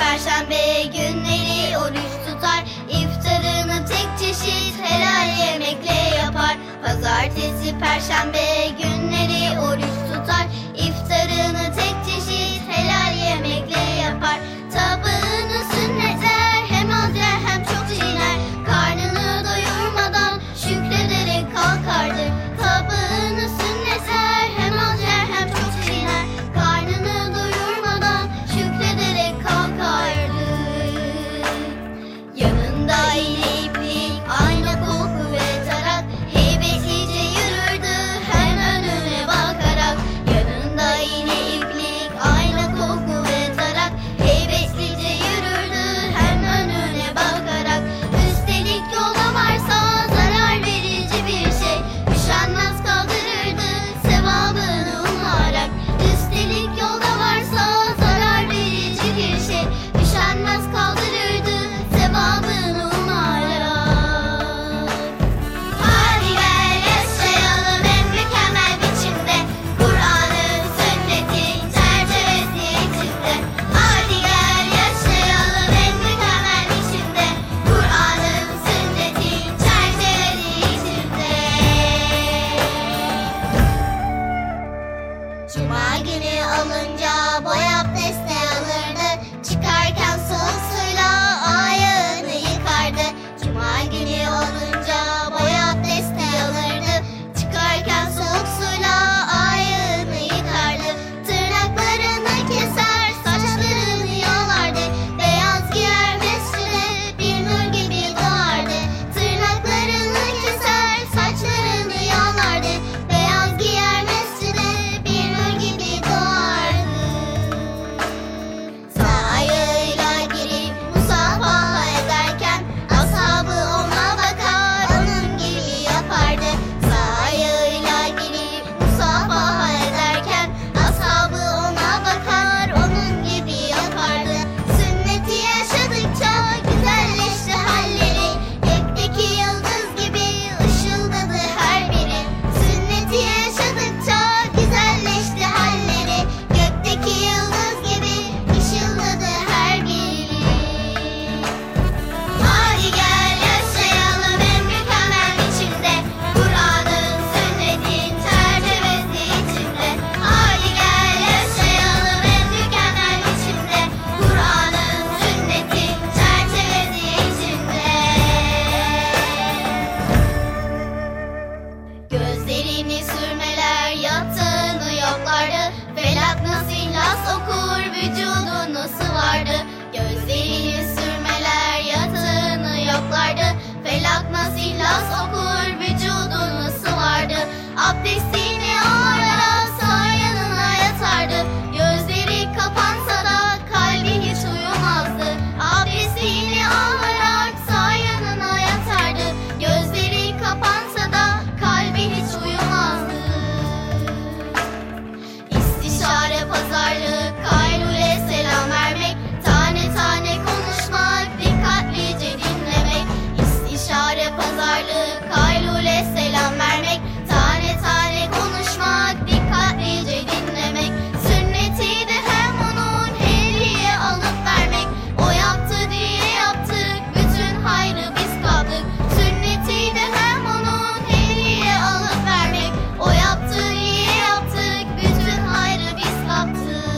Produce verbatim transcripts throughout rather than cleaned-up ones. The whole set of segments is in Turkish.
perşembe günleri oruç tutar. İftarını tek çeşit helal yemekle yapar. Pazartesi, perşembe günleri oruç tutar. İftarını tek çeşit helal yemekle yapar. Tabağını sünnetler, hem az yer hem çok çiğner. Karnını doyurmadan şükrederek kalkardır. Tabağını sünnetler, hem az yer hem çok çiğner. Karnını doyurmadan şükrederek kalkardır. Yanında iğne iplik, ayna koku ve tarak, heybetlice yürürdü hem önüne bakarak. Yanında iğne iplik, ayna koku ve tarak, heybetlice yürürdü hem önüne bakarak. Üstelik yolda varsa zarar verici bir şey, üşenmez kaldırırdı sevabını umarak. Üstelik yolda varsa zarar verici bir şey, üşenmez kaldırırdı sevabını umarak. Hadi gel yaşayalım en mükemmel biçimde, Kur'an'ın sünnetin çerçevesi içinde. Hadi gel yaşayalım en mükemmel biçimde, Kur'an'ın sünnetin çerçevesi içinde. Cuma günü alınca boy abdesti alırdı. Çıkarken soğuk suyla ayağını yıkardı. Cuma günü olunca boy abdesti alırdı. Çıkarken soğuk suyla ayağını yıkardı. Tırnaklarını keser, saçlarını yolardı. Beyaz giyer mescide, bir nur gibi doğardı. Tırnaklarını keser, saçlarını yolardı. Beyaz giyer mescide, bir nur gibi doğardı. Sağ ayağıyla girip musafaha ederken ashabı ona bakar, onun gibi yapardı. Sağ ayağıyla girip musafaha ederken ashabı ona bakar, onun gibi yapardı. Sünneti yaşadıkça güzelleşti halleri, gökteki yıldız gibi ışıldadı her biri. Sünneti yaşadıkça güzelleşti halleri, gökteki yıldız gibi ışıldadı her biri. Hadi gel yaşayalım en mükemmel biçimde, Kur'an'ın sünnetin çerçevesi içinde. Hadi gel yaşayalım en mükemmel biçimde, Kur'an'ın sünnetin çerçevesi içinde. Gözlerini sürmeler, yatağını yoklardı. Felak nasıl las okur, vücudunu sıvardı. Gözlerini sürmeler, yatağını yoklardı. Felak nasıl las okur, vücudunu sıvardı. Abdestini alarak sağ yanına yatardı. Gözleri kapansa da kalbi hiç uyumazdı. Abdestini alarak sağ yanına yatardı. Gözleri kapansa da kalbi hiç uyumazdı. İstişare, pazarlık, kaylule selam vermek, tane tane konuşmak, dikkatlice dinlemek. İstişare, pazarlık, kaylule selam vermek, tane tane konuşmak, dikkatlice dinlemek. Sünneti de hem onun hediye alıp vermek. O yaptı diye yaptık, bütün hayrı biz kaptık. Sünneti de hem onun hediye alıp vermek. O yaptı diye yaptık, bütün hayrı biz kaptık.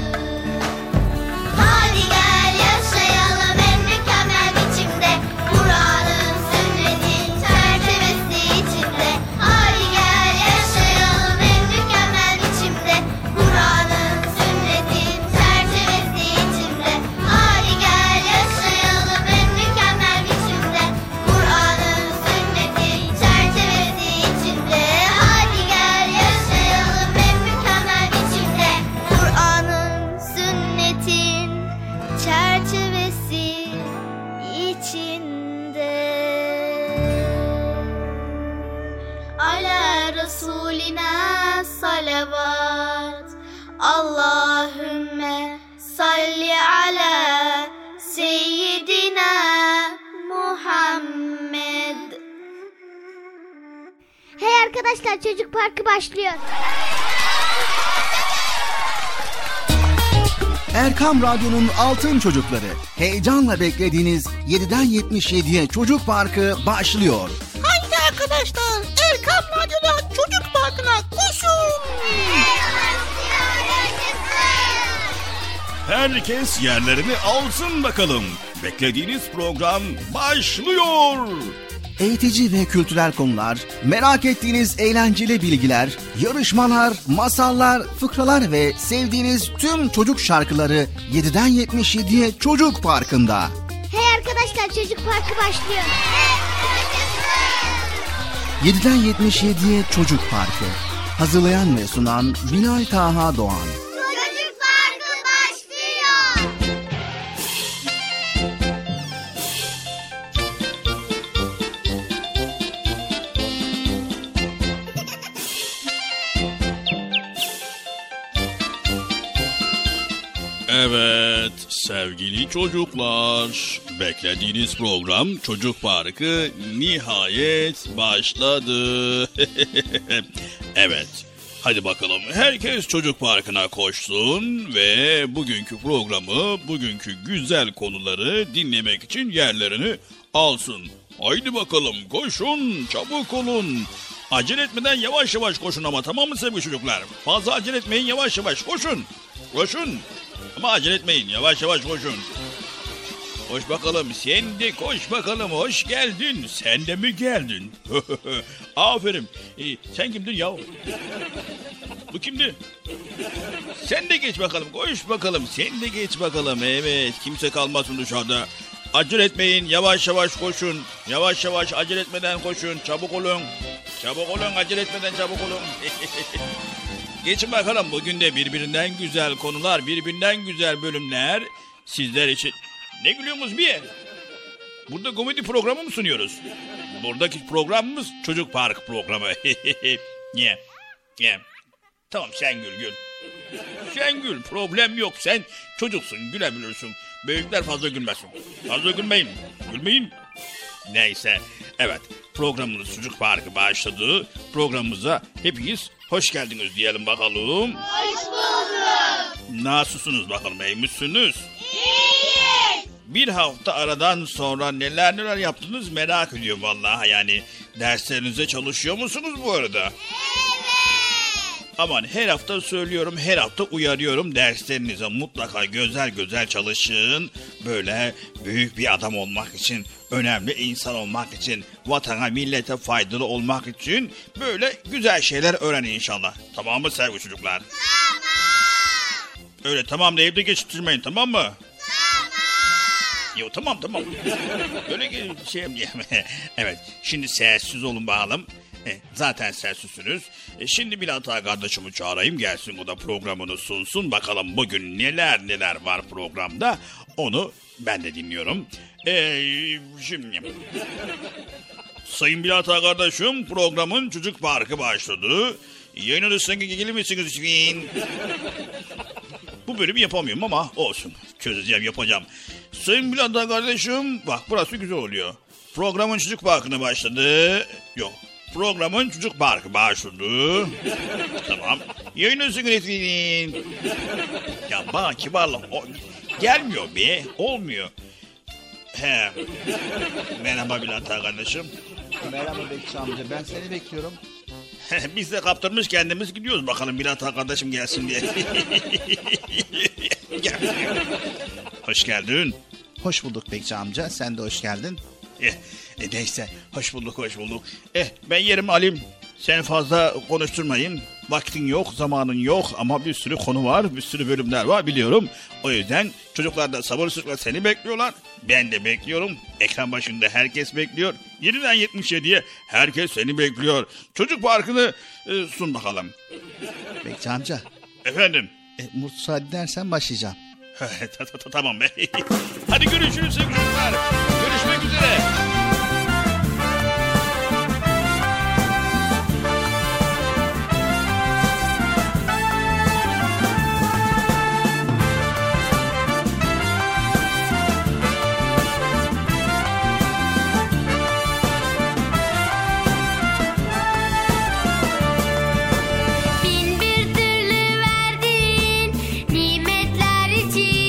Hadi gel yaşayalım en mükemmel biçimde, Kur'an'ın sünnetin çerçevesi içinde. Hadi gel yaşayalım en mükemmel biçimde, Kur'an'ın sünnetin çerçevesi içinde. Hadi gel yaşayalım en mükemmel biçimde, Kur'an'ın sünnetin çerçevesi içinde. Hadi gel yaşayalım en mükemmel biçimde, Kur'an'ın sünnetin çerçevesi içinde. Ala Resulina salavat, Allahümme salli ala seyyidina Muhammed. Hey arkadaşlar, çocuk parkı başlıyor. Erkam Radyo'nun Altın Çocukları. Heyecanla beklediğiniz yediden yetmiş yediye Çocuk Parkı başlıyor. Haydi arkadaşlar, Erkam Radyo'da Çocuk Parkı'na koşun. Herkes yerlerini alsın bakalım. Beklediğiniz program başlıyor. Eğitici ve kültürel konular, merak ettiğiniz eğlenceli bilgiler, yarışmalar, masallar, fıkralar ve sevdiğiniz tüm çocuk şarkıları yediden yetmiş yediye Çocuk Parkı'nda. Hey arkadaşlar, Çocuk Parkı başlıyor. yediden yetmiş yediye Çocuk Parkı. Hazırlayan ve sunan Bilal Taha Doğan. Çocuk Parkı başlıyor. Evet sevgili çocuklar, beklediğiniz program Çocuk Parkı nihayet başladı. Evet, hadi bakalım herkes Çocuk Parkı'na koşsun ve bugünkü programı, bugünkü güzel konuları dinlemek için yerlerini alsın. Haydi bakalım koşun, çabuk olun. Acele etmeden yavaş yavaş koşun ama, tamam mı sevgili çocuklar? Fazla acele etmeyin, yavaş yavaş koşun. Koşun. Ama acele etmeyin, yavaş yavaş koşun. Koş bakalım, sen de koş bakalım, hoş geldin. Sen de mi geldin? Aferin. Ee, sen kimdin ya? Bu kimdi? Sen de geç bakalım, koş bakalım. Sen de geç bakalım, evet. Kimse kalmasın dışarıda. Acele etmeyin, yavaş yavaş koşun. Yavaş yavaş, acele etmeden koşun. Çabuk olun. Çabuk olun, acele etmeden çabuk olun. Geçin bakalım, bugün de birbirinden güzel konular, birbirinden güzel bölümler sizler için. Ne gülüyorsunuz bir yer? Burada komedi programı mı sunuyoruz? Buradaki programımız Çocuk Park programı. Niye? Niye? Tamam, sen gül gül. Sen gül, problem yok. Sen çocuksun, gülebilirsin. Büyükler fazla gülmesin. Fazla gülmeyin. Gülmeyin. Neyse. Evet, programımız Çocuk Parkı başladı. Programımıza hepiniz hoş geldiniz diyelim bakalım. Hoş bulduk. Nasılsınız bakalım, iyi misiniz? İyiyiz. Bir hafta aradan sonra neler neler yaptınız merak ediyorum vallahi. Yani derslerinize çalışıyor musunuz bu arada? Evet. Aman, her hafta söylüyorum, her hafta uyarıyorum, derslerinize mutlaka güzel güzel çalışın. Böyle büyük bir adam olmak için, önemli insan olmak için, vatana millete faydalı olmak için böyle güzel şeyler öğrenin inşallah. Tamam mı sevgili çocuklar? Tamam. Öyle tamam deyip de geçiştirmeyin, tamam mı? Tamam. Yo tamam tamam. Öyle şey evet, şimdi sessiz olun bakalım. E, zaten sessizsiniz. E, şimdi Bilal Taha kardeşimi çağırayım, gelsin, o da programını sunsun. Bakalım bugün neler neler var programda, onu ben de dinliyorum. E, şimdi Sayın Bilal Taha kardeşim, programın Çocuk Parkı başladı. Yayın odasına gelir misiniz lütfen? Bu bölümü yapamıyorum ama olsun, çözeceğim, yapacağım. Sayın Bilal Taha kardeşim, bak burası güzel oluyor. Programın Çocuk Parkı'na başladı. Yok. Programın Çocuk Parkı başladı. Tamam. Yayınlasın lütfen. Ya bana kibarlık o, gelmiyor be. Olmuyor. He. Merhaba Bilal Taha kardeşim. Merhaba Bekçi amca, ben seni bekliyorum. Biz de kaptırmış kendimiz gidiyoruz bakalım Bilal Taha kardeşim gelsin diye. Gel. Hoş geldin. Hoş bulduk Bekçi amca, sen de hoş geldin. Eh, e, neyse, hoş bulduk hoş bulduk. Eh, ben yerimi alayım. Sen fazla konuşturmayın. Vaktin yok, zamanın yok ama bir sürü konu var, bir sürü bölümler var biliyorum. O yüzden çocuklar da sabırsızlıkla seni bekliyorlar. Ben de bekliyorum. Ekran başında herkes bekliyor. yediden yetmiş yediye herkes seni bekliyor. Çocuk Parkı'nı e, sun bakalım. Bekçi amca. Efendim? E, müsaade edersen başlayacağım. Tamam be. Hadi görüşürüz sevgili çocuklar. Görüşmek üzere. Bin bir türlü verdiğin nimetler için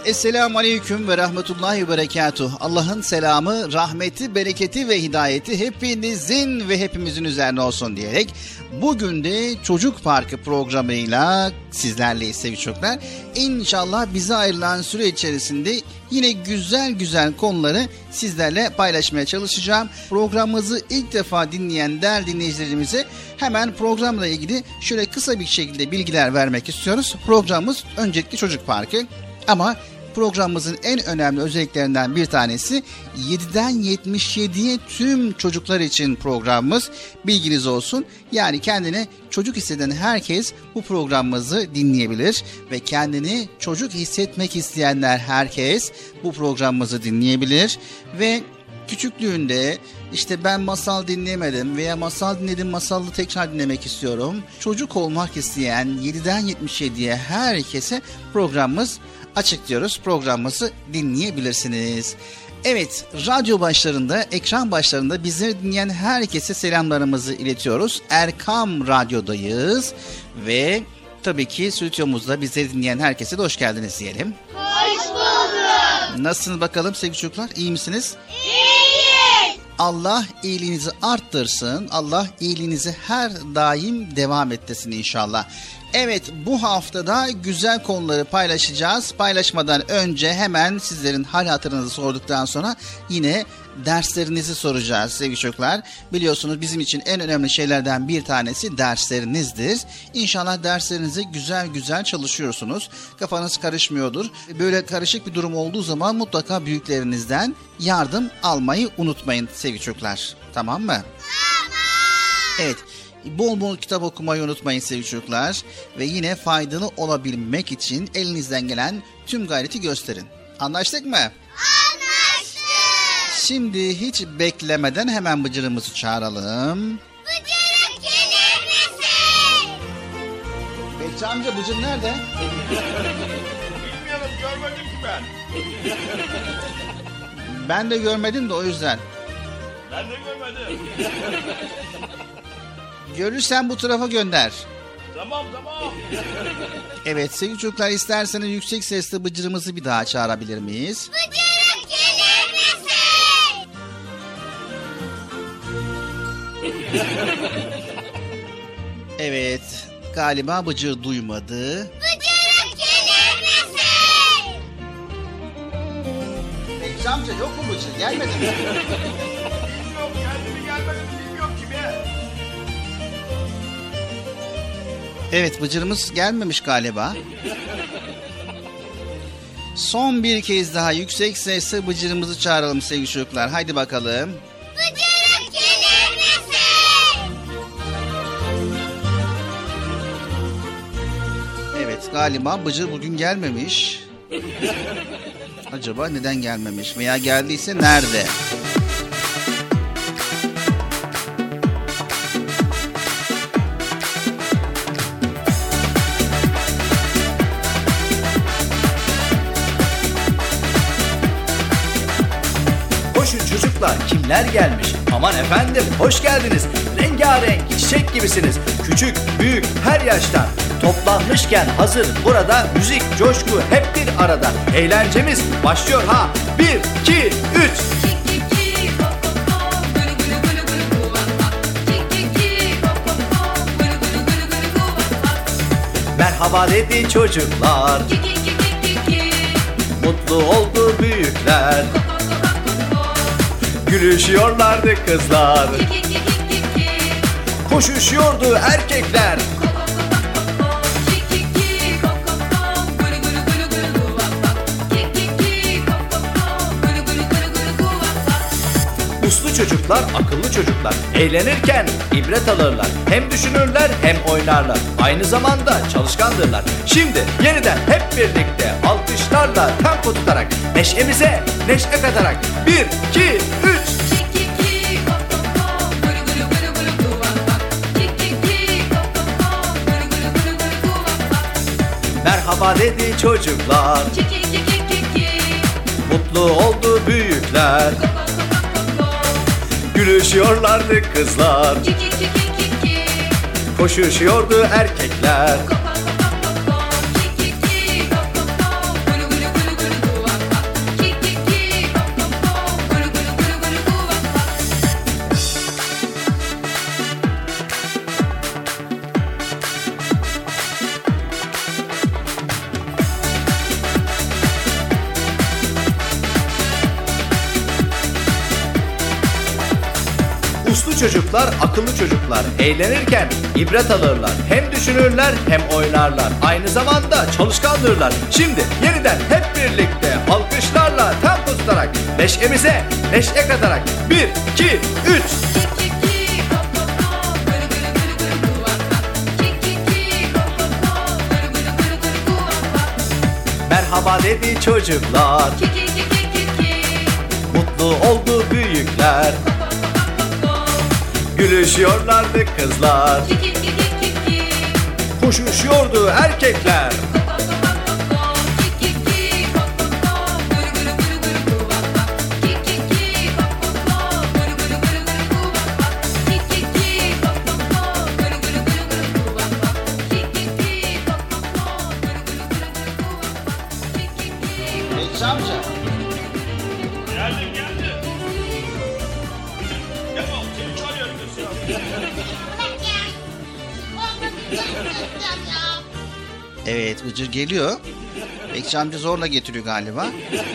Esselamu Aleyküm ve Rahmetullahi ve Berekatuh. Allah'ın selamı, rahmeti, bereketi ve hidayeti hepinizin ve hepimizin üzerine olsun diyerek bugün de Çocuk Parkı programıyla sizlerleyiz sevgili çocuklar. İnşallah bize ayrılan süre içerisinde yine güzel güzel konuları sizlerle paylaşmaya çalışacağım. Programımızı ilk defa dinleyen değerli dinleyicilerimize hemen programla ilgili şöyle kısa bir şekilde bilgiler vermek istiyoruz. Programımız öncelikle Çocuk Parkı ama programımızın en önemli özelliklerinden bir tanesi yediden yetmiş yediye tüm çocuklar için programımız, bilginiz olsun. Yani kendini çocuk hisseden herkes bu programımızı dinleyebilir ve kendini çocuk hissetmek isteyenler herkes bu programımızı dinleyebilir ve küçüklüğünde işte ben masal dinlemedim veya masal dinledim, masalı tekrar dinlemek istiyorum. Çocuk olmak isteyen yediden yetmiş yediye herkese programımız açık diyoruz. Programımızı dinleyebilirsiniz. Evet, radyo başlarında, ekran başlarında bizleri dinleyen herkese selamlarımızı iletiyoruz. Erkam Radyo'dayız ve tabii ki stüdyomuzda bizleri dinleyen herkese de hoş geldiniz diyelim. Hoş bulduk. Nasılsınız bakalım sevgili çocuklar? İyi misiniz? İyiyiz. Allah iyiliğinizi arttırsın. Allah iyiliğinizi her daim devam ettirsin inşallah. Evet, bu haftada güzel konuları paylaşacağız. Paylaşmadan önce hemen sizlerin hal hatırınızı sorduktan sonra yine derslerinizi soracağız sevgili çocuklar. Biliyorsunuz bizim için en önemli şeylerden bir tanesi derslerinizdir. İnşallah derslerinizi güzel güzel çalışıyorsunuz. Kafanız karışmıyordur. Böyle karışık bir durum olduğu zaman mutlaka büyüklerinizden yardım almayı unutmayın sevgili çocuklar. Tamam mı? Tamam. Evet. Bol bol kitap okumayı unutmayın sevgili çocuklar. Ve yine faydalı olabilmek için elinizden gelen tüm gayreti gösterin. Anlaştık mı? Anlaştık. Şimdi hiç beklemeden hemen Bıcır'ımızı çağıralım. Bıcırık gelir misin? Bekçi amca, Bıcır nerede? Bilmiyorum, görmedim ki ben. Ben de görmedim de o yüzden. Ben de görmedim. Görürsen bu tarafa gönder. Tamam tamam. Evet sevgili çocuklar, isterseniz yüksek sesle Bıcır'ımızı bir daha çağırabilir miyiz? Bıcırık gelir misin? Evet, galiba Bıcır duymadı. Bıcırık gelir misin? Bekçi amca yok mu Bıcır? Gelmedi mi? Bilmiyorum, geldi mi gelmedi mi bilmiyorum ki be. Evet, Bıcır'ımız gelmemiş galiba. Son bir kez daha yüksek sesle Bıcır'ımızı çağıralım sevgili çocuklar. Haydi bakalım. Bıcırık gelir misin? Evet, galiba Bıcır bugün gelmemiş. Acaba neden gelmemiş veya geldiyse nerede? Koşun çocuklar, kimler gelmiş? Aman efendim, hoş geldiniz. Rengarenk çiçek gibisiniz. Küçük, büyük, her yaştan. Toplanmışken hazır burada müzik, coşku hep bir arada. Eğlencemiz başlıyor ha. Bir, iki, üç. Merhaba dedi çocuklar. Mutlu oldu büyükler. Gülüşüyorlardı kızlar. Koşuşuyordu erkekler. Uslu çocuklar, akıllı çocuklar. Eğlenirken ibret alırlar. Hem düşünürler hem oynarlar. Aynı zamanda çalışkandırlar. Şimdi yeniden hep birlikte alkışlarla tempo tutarak neşemize neşe katarak bir, iki, üç. Merhaba dedi çocuklar. Mutlu oldu büyükler. Gülüşüyorlardı kızlar. Koşuşuyordu erkekler. Bu çocuklar akıllı çocuklar. Eğlenirken ibret alırlar. Hem düşünürler hem oynarlar. Aynı zamanda çalışkandırlar. Şimdi yeniden hep birlikte alkışlarla tempo tutarak neşemize neşe katarak bir, iki, üç. Merhaba dedi çocuklar. Mutlu oldu büyükler. Gülüşüyorlardı kızlar. Koşuşuyordu erkekler. Bekçi amca. Geldim geldim. Gel oğlum seni çağırıyorum kız. Evet, Bıcır geliyor. Bekçi amca zorla getiriyor galiba.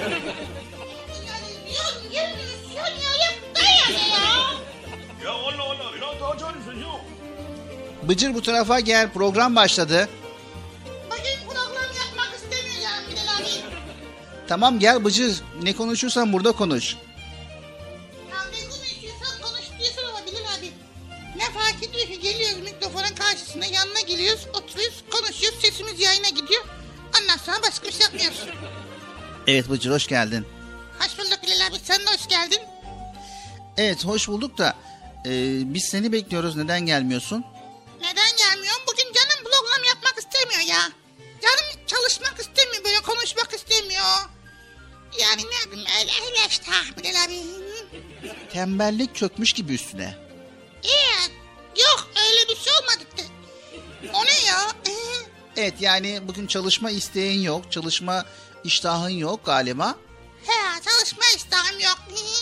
Ya Allah Allah. Ya daha çağırıyorsun ya. Bıcır bu tarafa gel, program başladı. Bugün program yapmak istemiyorum Bilal abi. Tamam gel Bıcır, ne konuşursan burada konuş. Ya ne konuşuyorsan konuş diyorsun ama Bilal abi. Ne fark ediyor ki geliyoruz mikrofonun karşısına yanına geliyoruz oturuyoruz konuşuyoruz sesimiz yayına gidiyor. Ondan sonra başka bir şey yapmıyoruz. Evet Bıcır, hoş geldin. Hoş bulduk Bilal abi sen de hoş geldin. Evet, hoş bulduk da e, biz seni bekliyoruz, neden gelmiyorsun? Neden gelmiyorsun? Bugün canım program yapmak istemiyor ya. Canım çalışmak istemiyor böyle konuşmak istemiyor. Yani ne bileyim öyle öyle işte Bilal abi. Tembellik çökmüş gibi üstüne. İyi. Yok öyle bir şey olmadı. O ne ya? Ee, Evet, yani bugün çalışma isteğin yok, çalışma iştahın yok galiba. He çalışma iştahım yok.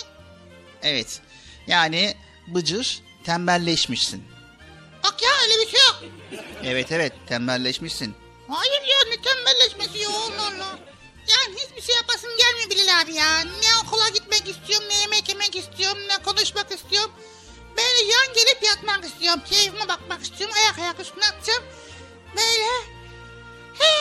Evet, yani Bıcır tembelleşmişsin. Bak ya öyle bir şey yok. Evet evet, tembelleşmişsin. Hayır ya ne tembelleşmesi ya Allah Allah. Yani hiçbir şey yapasım gelmiyor Bilal abi ya. Ne okula gitmek istiyorum, ne yemek yemek istiyorum, ne konuşmak istiyorum. Böyle yan gelip yatmak istiyorum. Keyfime bakmak istiyorum. Ayak ayak üstüne atacağım. Böyle. He,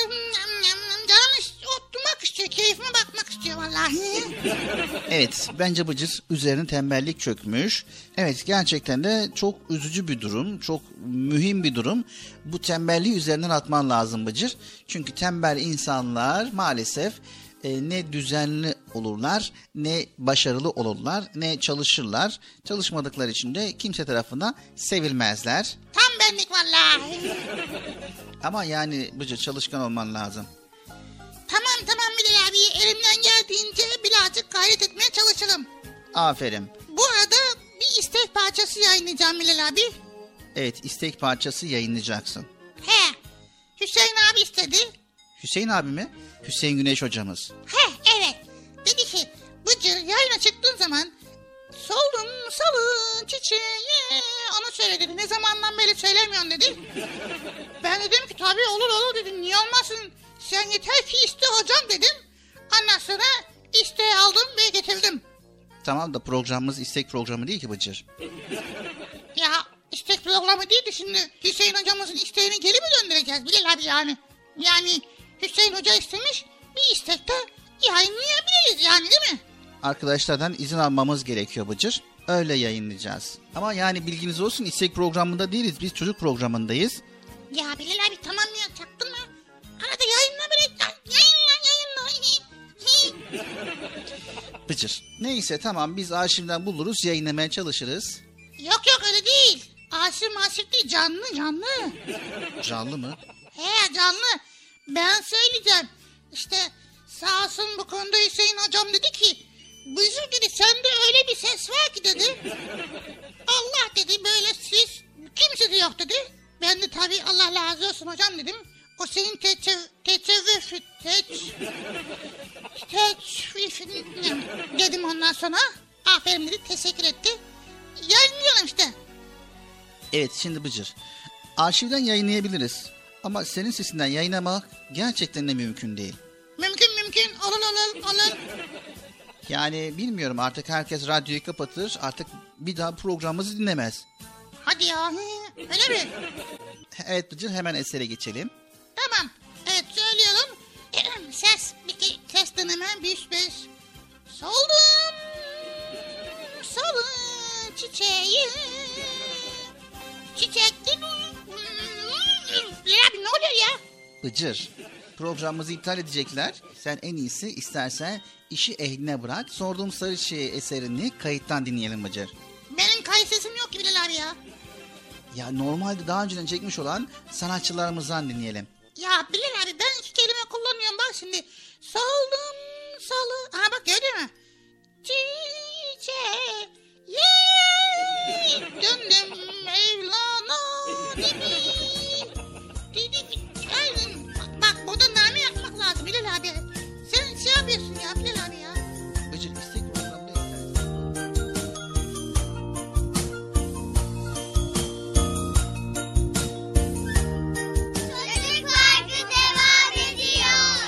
canım istiyor, oturmak istiyor. Keyfime bakmak istiyor vallahi. Evet, bence Bıcır üzerine tembellik çökmüş. Evet, gerçekten de çok üzücü bir durum, çok mühim bir durum. Bu tembelliği üzerinden atman lazım Bıcır. Çünkü tembel insanlar maalesef e, ne düzenli olurlar, ne başarılı olurlar, ne çalışırlar. Çalışmadıkları için de kimse tarafından sevilmezler. Tam benlik vallahi. Ama yani Bıcır, çalışkan olman lazım. Tamam tamam Bilal abi elimden geldiğince birazcık gayret etmeye çalışırım. Aferin. Bu arada bir istek parçası yayınlayacağım Bilal abi. Evet, istek parçası yayınlayacaksın. He Hüseyin abi istedi. Hüseyin abi mi? Hüseyin Güneş hocamız. He evet dedi ki Bıcır yayına çıktığın zaman solun salın çiçeği onu söyle dedi. Ne zamandan beri söylemiyorsun dedi. Ben dedim ki tabii olur olur dedim. Niye olmasın? Sen yeter ki iste hocam dedim. Ondan sonra isteği aldım ve getirdim. Tamam da programımız istek programı değil ki Bıcır. Ya istek programı değil de şimdi Hüseyin hocamızın isteğini geri mi döndüreceğiz Bilal abi yani? Yani Hüseyin hoca istemiş bir istekte yayınlayabiliriz yani değil mi? Arkadaşlardan izin almamız gerekiyor Bıcır. Öyle yayınlayacağız. Ama yani bilginiz olsun, istek programında değiliz. Biz çocuk programındayız. Ya Bilal abi tamam ya çaktın mı? Arada yayınla bile yayınla yayınla. Bıcır. Neyse tamam, biz arşivden buluruz, yayınlamaya çalışırız. Yok yok öyle değil. Aşık maşık değil canlı canlı. Canlı mı? He canlı. Ben söyleyeceğim. İşte sağ olsun bu konuda Hüseyin hocam dedi ki Bıcır dedi sende öyle bir ses var ki dedi. Allah dedi böyle ses kimse de yok dedi. Ben de tabii Allah razı olsun hocam dedim. O senin teçev... teçevvüf... teç... teçvifin... dedim ondan sonra. Aferin dedi, teşekkür etti. Yayınlıyorum işte. Evet, şimdi Bıcır. Arşivden yayınlayabiliriz. Ama senin sesinden yayınlamak gerçekten de mümkün değil. Mümkün mümkün. Olur olur olur. Yani bilmiyorum, artık herkes radyoyu kapatır, artık bir daha programımızı dinlemez. Hadi ya, öyle mi? Evet Bıcır, hemen esere geçelim. Tamam, evet söylüyorum. Ses, bir ses deneme, bir üç beş. Soldum, solun çiçeği, çiçekli. Abi ne oluyor ya? Bıcır, programımızı iptal edecekler. Sen en iyisi istersen işi ehline bırak. Sorduğum Sarı Çiçeği eserini kayıttan dinleyelim Bıcır. Benim kayıt sesim yok ki Bilal abi ya. Ya normalde daha önceden çekmiş olan sanatçılarımızdan dinleyelim. Ya Bilal abi, ben iki kelime kullanıyorum bak şimdi. Soldum salı. Ha bak gördün mü? Çiçeği. Döndüm Mevlana dibi. Dibi. Aynen. Bak burada name yapmak lazım Bilal abi. Sen şey yapıyorsun ya Bilal abi ya. Bıcır, istek programda iptal. Çocuk Parkı devam ediyor.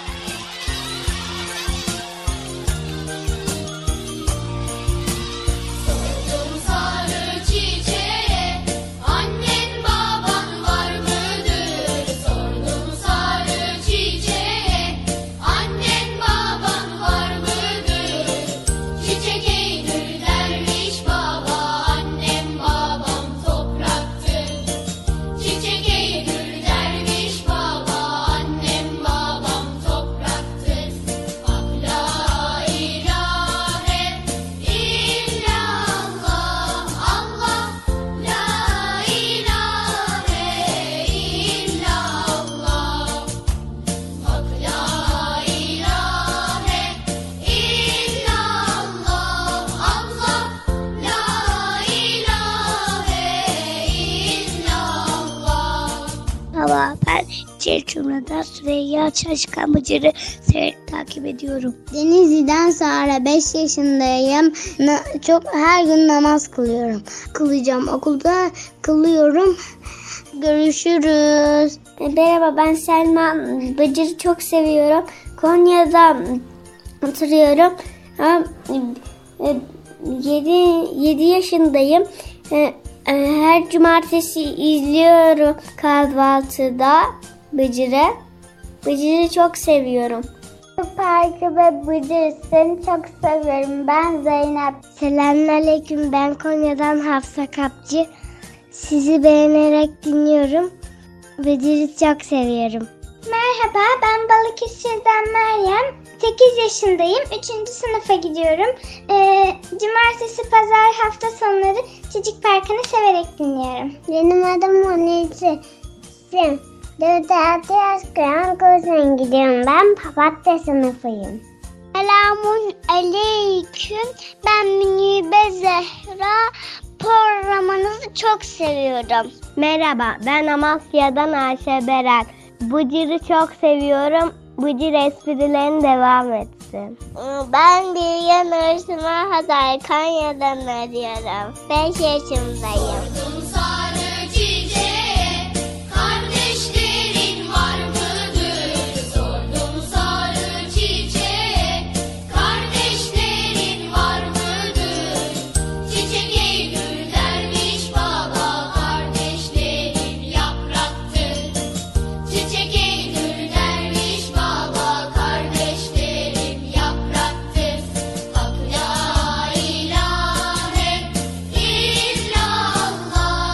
Sordum sarı çiçeğe, annen baban var mıdır? Sordum sarı çiçeğe, annen baban var mıdır? Çiçek eğilir derviş baba, annem babam topraktır. Çiçek eğilir derviş baba, annem babam topraktır. Bak la ilahe illallah, Allah, la ilahe illallah. Bak la ilahe illallah, Allah, la ilahe illallah. Merhaba, ben Çerçumra'dan Süreyya Çalışkan Bıcır'ı severek takip ediyorum. Denizli'den sonra beş yaşındayım. Na- çok her gün namaz kılıyorum. Kılacağım, okulda kılıyorum. Görüşürüz. Merhaba, ben Selma. Bıcır'ı çok seviyorum. Konya'da oturuyorum. yedi yaşındayım. E, Her cumartesi izliyorum kahvaltıda Bıcır'ı. Bıcır'ı çok seviyorum. Parkı ve Bıcır, seni çok seviyorum. Ben Zeynep. Selamünaleyküm. Ben Konya'dan Hafsa Kapçı. Sizi beğenerek dinliyorum. Bıcır'ı çok seviyorum. Merhaba, ben Balıkesir'den Meryem. sekiz yaşındayım. üçüncü sınıfa gidiyorum. Ee, cumartesi, pazar, hafta sonları Çocuk Parkı'nı severek dinliyorum. Benim adım Monize. dört altı yaş Kur'an kursuna gidiyorum. Ben papatya sınıfıyım. Selamun aleyküm. Ben Münibe Zehra. Programınızı çok seviyorum. Merhaba, ben Amasya'dan Ayşe Beren. Bıcır'ı çok seviyorum. Bıcır esprilerini devam etsin. Ben Bilge Nursuma Hazar, Konya'dan arıyorum. beş yaşındayım. Sordum sarı çiçeğe, kardeşlerin var mıdır? Sordum sarı çiçeğe, kardeşlerin var mıdır? Çiçek eğilir derviş baba, kardeşlerin yapraktır. Çiçek eğilir derviş baba, kardeşlerin yapraktır. Hak la ilahe illallah.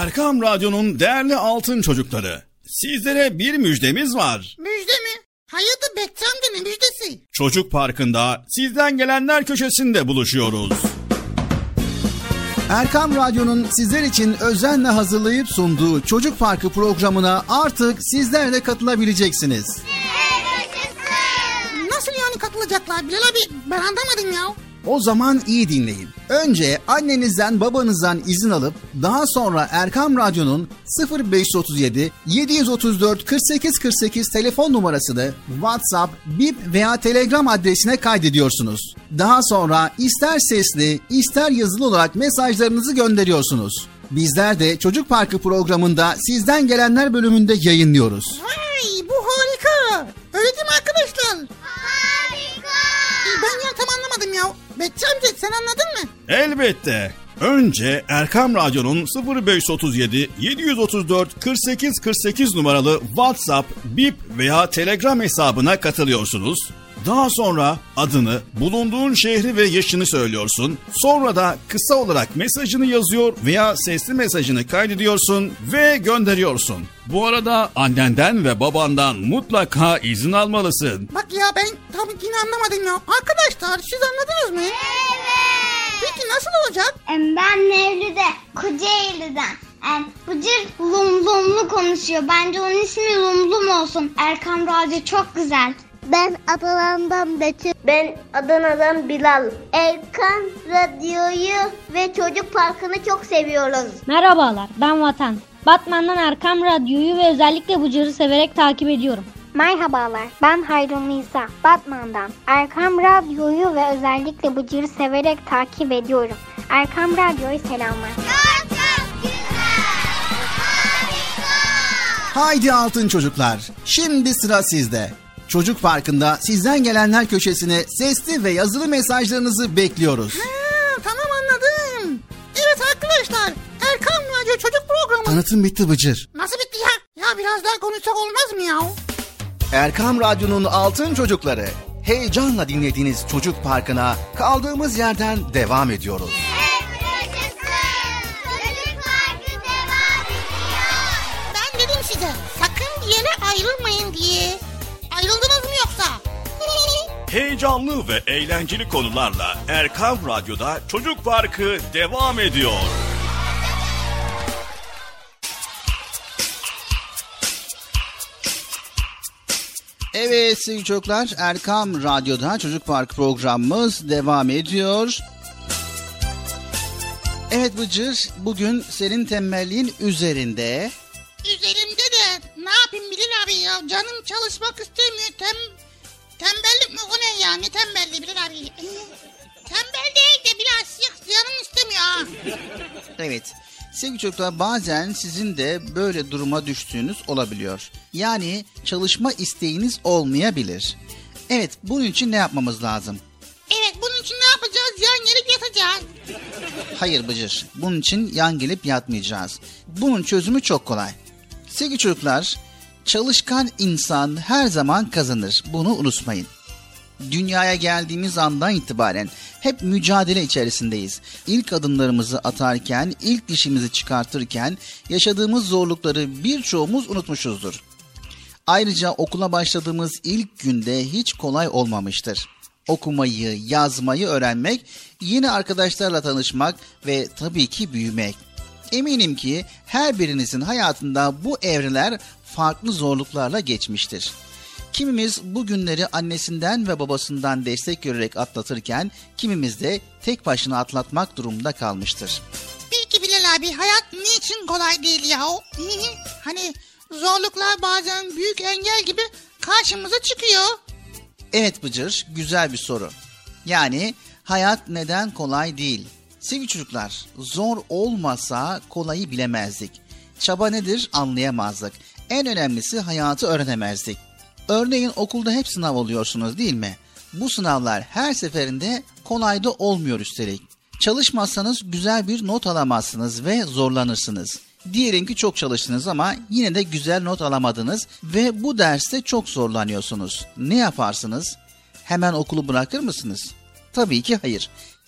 Erkam Radyo'nun değerli altın çocukları, sizlere bir müjdemiz var. Müjde mi? Hayırdır Bekçi amca, ne müjdesi? Çocuk Parkı'nda sizden gelenler köşesinde buluşuyoruz. Erkam Radyo'nun sizler için özenle hazırlayıp sunduğu Çocuk Parkı programına artık sizler de katılabileceksiniz. Nasıl yani katılacaklar Bilal abi? Ben anlamadım ya. O zaman iyi dinleyin. Önce annenizden babanızdan izin alıp daha sonra Erkam Radyo'nun sıfır beş otuz yedi yedi otuz dört kırk sekiz kırk sekiz telefon numarasını WhatsApp, Bip veya Telegram adresine kaydediyorsunuz. Daha sonra ister sesli ister yazılı olarak mesajlarınızı gönderiyorsunuz. Bizler de Çocuk Parkı programında sizden gelenler bölümünde yayınlıyoruz. Vay, bu harika. Öyle değil mi arkadaşlar? Harika. Ben ya tam anlamadım ya. Bekçi amca sen anladın mı? Elbette. Önce Erkam Radyo'nun sıfır beş otuz yedi yedi otuz dört kırk sekiz kırk sekiz numaralı WhatsApp, Bip veya Telegram hesabına katılıyorsunuz. Daha sonra adını, bulunduğun şehri ve yaşını söylüyorsun. Sonra da kısa olarak mesajını yazıyor veya sesli mesajını kaydediyorsun ve gönderiyorsun. Bu arada annenden ve babandan mutlaka izin almalısın. Bak ya ben tam yine anlamadım ya. Arkadaşlar siz anladınız mı? Evet. Peki nasıl olacak? Ben Mevlüt'e Kocaeli'den. Yani Bıcır lum lumlu konuşuyor. Bence onun ismi Lum Lum olsun. Erkam Radyo çok güzel. Ben Adana'dan Betül. Ben Adana'dan Bilal. Erkam Radyo'yu ve Çocuk Parkı'nı çok seviyoruz. Merhabalar, ben Vatan. Batman'dan Erkam Radyo'yu ve özellikle Bıcır'ı severek takip ediyorum. Merhabalar, ben Hayrun Nisa. Batman'dan Erkam Radyo'yu ve özellikle Bıcır'ı severek takip ediyorum. Erkam Radyo'yu selamlar. Çok çok güzel. Harika. Haydi altın çocuklar, şimdi sıra sizde. Çocuk Parkı'nda sizden gelenler köşesine sesli ve yazılı mesajlarınızı bekliyoruz. Ha, tamam anladım. Evet arkadaşlar, Erkam Radyo Çocuk Programı. Tanıtım bitti Bıcır. Nasıl bitti ya? Ya biraz daha konuşsak olmaz mı ya? Erkam Radyo'nun altın çocukları, heyecanla dinlediğiniz Çocuk Parkı'na kaldığımız yerden devam ediyoruz. Çocuk Parkı devam ediyor. Ben dedim size, sakın bir yere ayrılmayın diye. Ayrıldınız mı yoksa? Heyecanlı ve eğlenceli konularla Erkam Radyo'da Çocuk Parkı devam ediyor. Evet sevgili çocuklar, Erkam Radyo'da Çocuk Parkı programımız devam ediyor. Evet Bıcır, bugün senin tembelliğin üzerinde. Üzerimde de ne yapayım Bilal abi ya? Canım çalışmak istemiyor. Tem, tembellik mi? O ne ya? Ne tembelliği Bilal abi? Tembel değil de biraz canım istemiyor ha. Evet. Sevgili çocuklar, bazen sizin de böyle duruma düştüğünüz olabiliyor. Yani çalışma isteğiniz olmayabilir. Evet, bunun için ne yapmamız lazım? Evet, bunun için ne yapacağız? Yan gelip yatacağız. Hayır Bıcır, bunun için yan gelip yatmayacağız. Bunun çözümü çok kolay. Sevgili çocuklar, çalışkan insan her zaman kazanır. Bunu unutmayın. Dünyaya geldiğimiz andan itibaren hep mücadele içerisindeyiz. İlk adımlarımızı atarken, ilk dişimizi çıkartırken yaşadığımız zorlukları birçoğumuz unutmuşuzdur. Ayrıca okula başladığımız ilk günde hiç kolay olmamıştır. Okumayı, yazmayı öğrenmek, yeni arkadaşlarla tanışmak ve tabii ki büyümek. Eminim ki her birinizin hayatında bu evreler farklı zorluklarla geçmiştir. Kimimiz bu günleri annesinden ve babasından destek görerek atlatırken, kimimiz de tek başına atlatmak durumunda kalmıştır. Peki Bilal abi, hayat niçin kolay değil ya? Hani zorluklar bazen büyük engel gibi karşımıza çıkıyor. Evet Bıcır, güzel bir soru. Yani hayat neden kolay değil? Sevgili çocuklar, zor olmasa kolayı bilemezdik. Çaba nedir anlayamazdık. En önemlisi hayatı öğrenemezdik. Örneğin okulda hep sınav oluyorsunuz değil mi? Bu sınavlar her seferinde kolay da olmuyor üstelik. Çalışmazsanız güzel bir not alamazsınız ve zorlanırsınız. Diyelim ki çok çalıştınız ama yine de güzel not alamadınız ve bu derste çok zorlanıyorsunuz. Ne yaparsınız? Hemen okulu bırakır mısınız? Tabii ki hayır.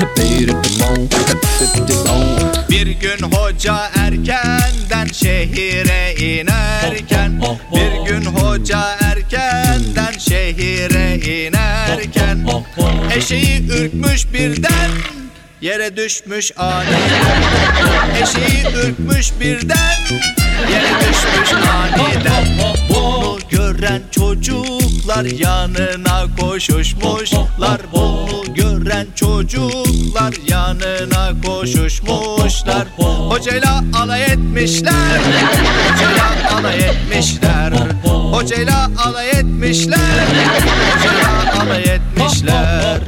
Beat it, come on. hoca erkenden şehire inerken, bir gün hoca erkenden şehire inerken, eşeği ürkmüş birden yere düşmüş aniden. Eşeği ürkmüş birden yere düşmüş aniden. Bunu gören çocuklar yanına koşuşmuşlar. Bunu gören çocuklar yanına koşuşmuşlar. Hocayla alay etmişler, hocayla alay etmişler, hocayla alay etmişler, hocayla alay etmişler.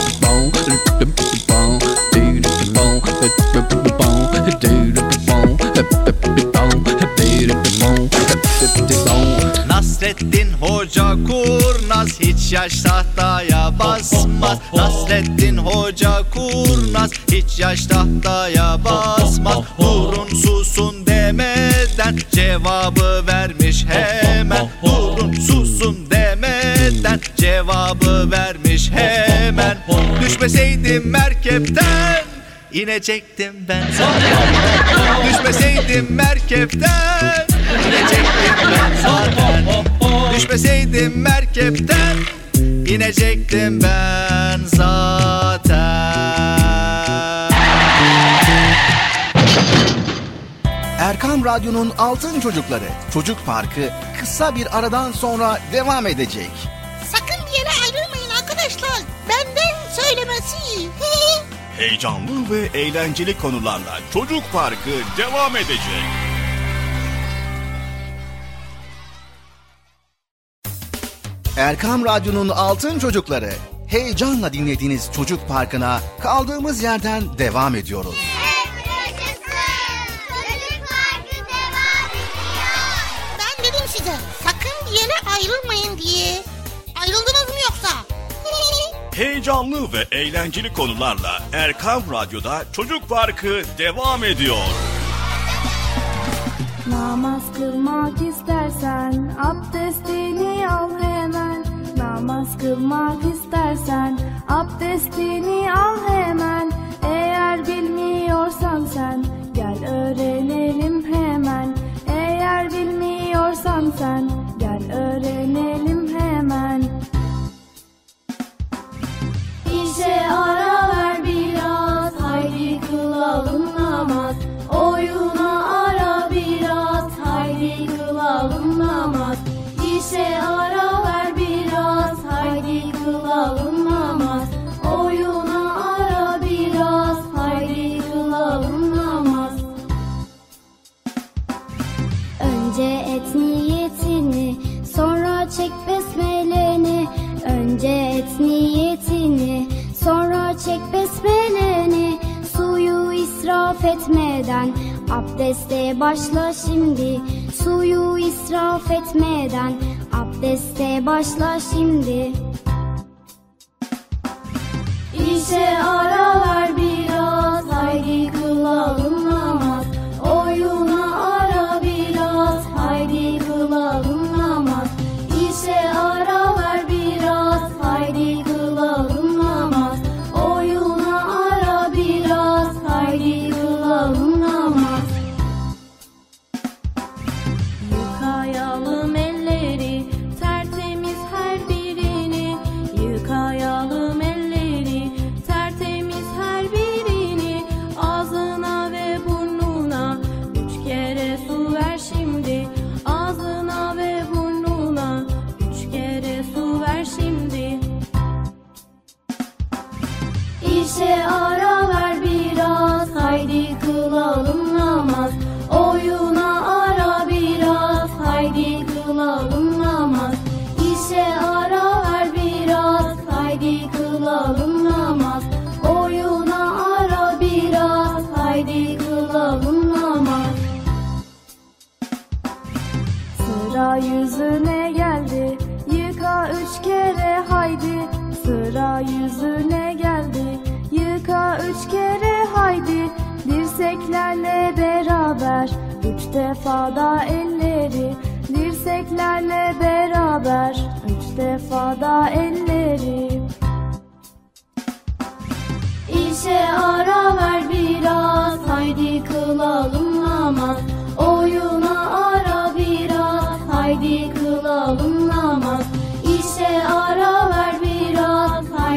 Nasreddin Hoca kurnaz, hiç yaş tahtaya basmaz. Nasreddin Hoca kurnaz, hiç yaş tahtaya basmaz. Durun susun demeden cevabı vermiş hemen. Durun susun demeden cevabı vermiş hemen. Düşmeseydim merkepten İnecektim ben zaten. Düşmeseydim merkepten İnecektim ben zaten. Düşmeseydim merkepten İnecektim ben zaten. Erkam Radyo'nun Altın Çocukları Çocuk Parkı kısa bir aradan sonra devam edecek. Sakın bir yere ayrılmayın arkadaşlar. Benden söylemesi. Heyecanlı ve eğlenceli konularla Çocuk Parkı devam edecek. Erkam Radyo'nun Altın Çocukları, heyecanla dinlediğiniz Çocuk Parkı'na kaldığımız yerden devam ediyoruz. Ben dedim size sakın bir yere ayrılmayın diye. Ayrıldınız mı yoksa? Heyecanlı ve eğlenceli konularla Erkam Radyo'da Çocuk Parkı devam ediyor. Namaz kılmak istersen abdestini al hemen. Namaz kılmak istersen abdestini al hemen. Eğer bilmiyorsan sen gel öğrenelim hemen. Eğer bilmiyorsan sen gel öğrenelim hemen. İşe ara ver biraz, haydi kılalım namaz. Oyuna ara biraz, haydi kılalım namaz. İşe ara ver biraz, haydi kılalım namaz. Oyuna ara biraz, haydi kılalım namaz. Önce et niyetini, sonra çek besmeleni. Önce et niyetini, sonra çek besmeleni. Suyu israf etmeden abdeste başla şimdi. Suyu israf etmeden abdeste başla şimdi. İşe ara ver biraz, haydi kılalım namaz. Oyuna ara biraz, haydi kılalım namaz. İşe ara ver biraz, haydi kılalım namaz. Oyuna ara biraz, haydi kılalım namaz. Yıkayalım elleri, tertemiz her birini. Yıkayalım elleri, tertemiz her birini. Ağzına ve burnuna üç kere su ver şimdi. Ağzına ve burnuna üç kere su ver şimdi. İşe ara ver biraz, haydi kılalım namaz. Oyuna ara biraz, haydi kılalım namaz. İşe ara ver biraz, haydi kılalım namaz. Oyuna ara biraz, haydi kılalım namaz. Sıra yüzüne geldi, yıka üç kere haydi. Sıra yüzüne geldi, yıka üç kere haydi. Dirseklerle beraber üç defa da elleri. Dirseklerle beraber üç defa da elleri. İşe ara ver biraz, haydi kılalım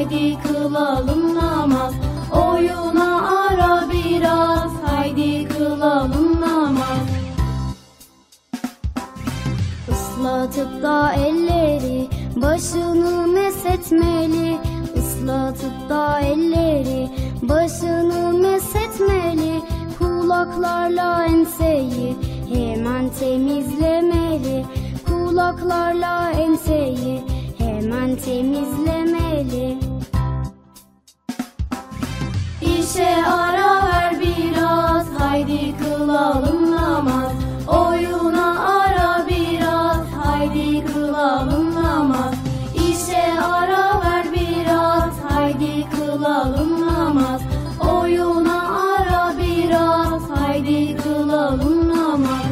haydi kılalım namaz. Oyuna ara biraz, haydi kılalım namaz. Islatıp da elleri, başını mesetmeli. Islatıp da elleri, başını mesetmeli. Kulaklarla enseyi hemen temizlemeli. Kulaklarla enseyi hemen temizlemeli. İşe ara ver biraz, haydi kılalım namaz. Oyuna ara biraz, haydi kılalım namaz. İşe ara ver biraz, haydi kılalım namaz. Oyuna ara biraz, haydi kılalım namaz.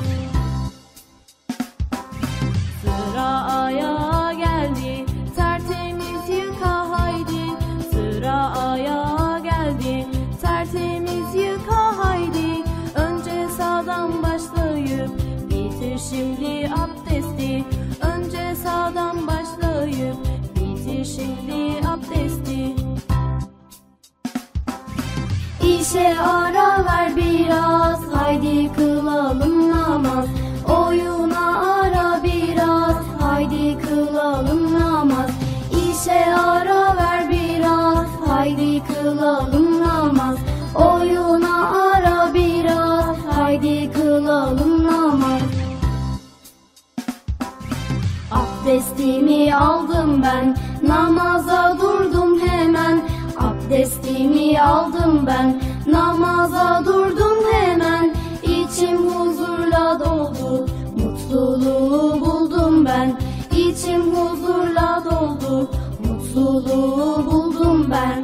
Sıra ayağa geldi, tertemiz yıka haydi. Sıra ayağa geldi, tertemiz yıka haydi. Önce sağdan başlayıp bitir şimdi abdesti. Önce sağdan başlayıp bitir şimdi abdesti. İşe ara ver biraz, haydi kılalım namaz. Oyuna ara biraz, haydi kılalım namaz. İşe ara ver biraz, haydi kılalım namaz. Oyuna ara biraz, haydi kılalım namaz. Abdestimi aldım ben, namaza durdum hemen. Abdestimi aldım ben, namaza durdum hemen. İçim huzurla doldu, mutluluğu buldum ben. İçim huzurla doldu, mutluluğu buldum ben.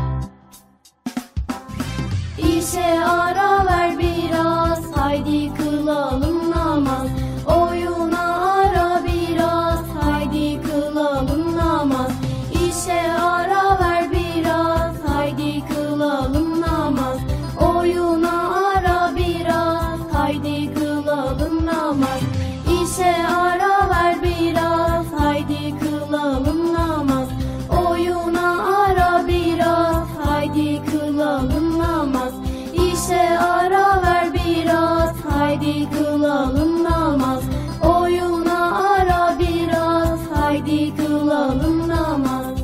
İşe ara ver biraz, haydi kılalım namaz. Oyuna ara biraz, haydi kılalım namaz. İşe ara ver biraz, haydi kılalım namaz. Oyuna ara biraz, haydi kılalım namaz. İşe ara ver biraz, haydi kılalım namaz. Oyuna ara biraz, haydi kılalım namaz. İşe ara ver biraz, haydi kılalım namaz. Oyuna ara biraz, haydi kılalım namaz.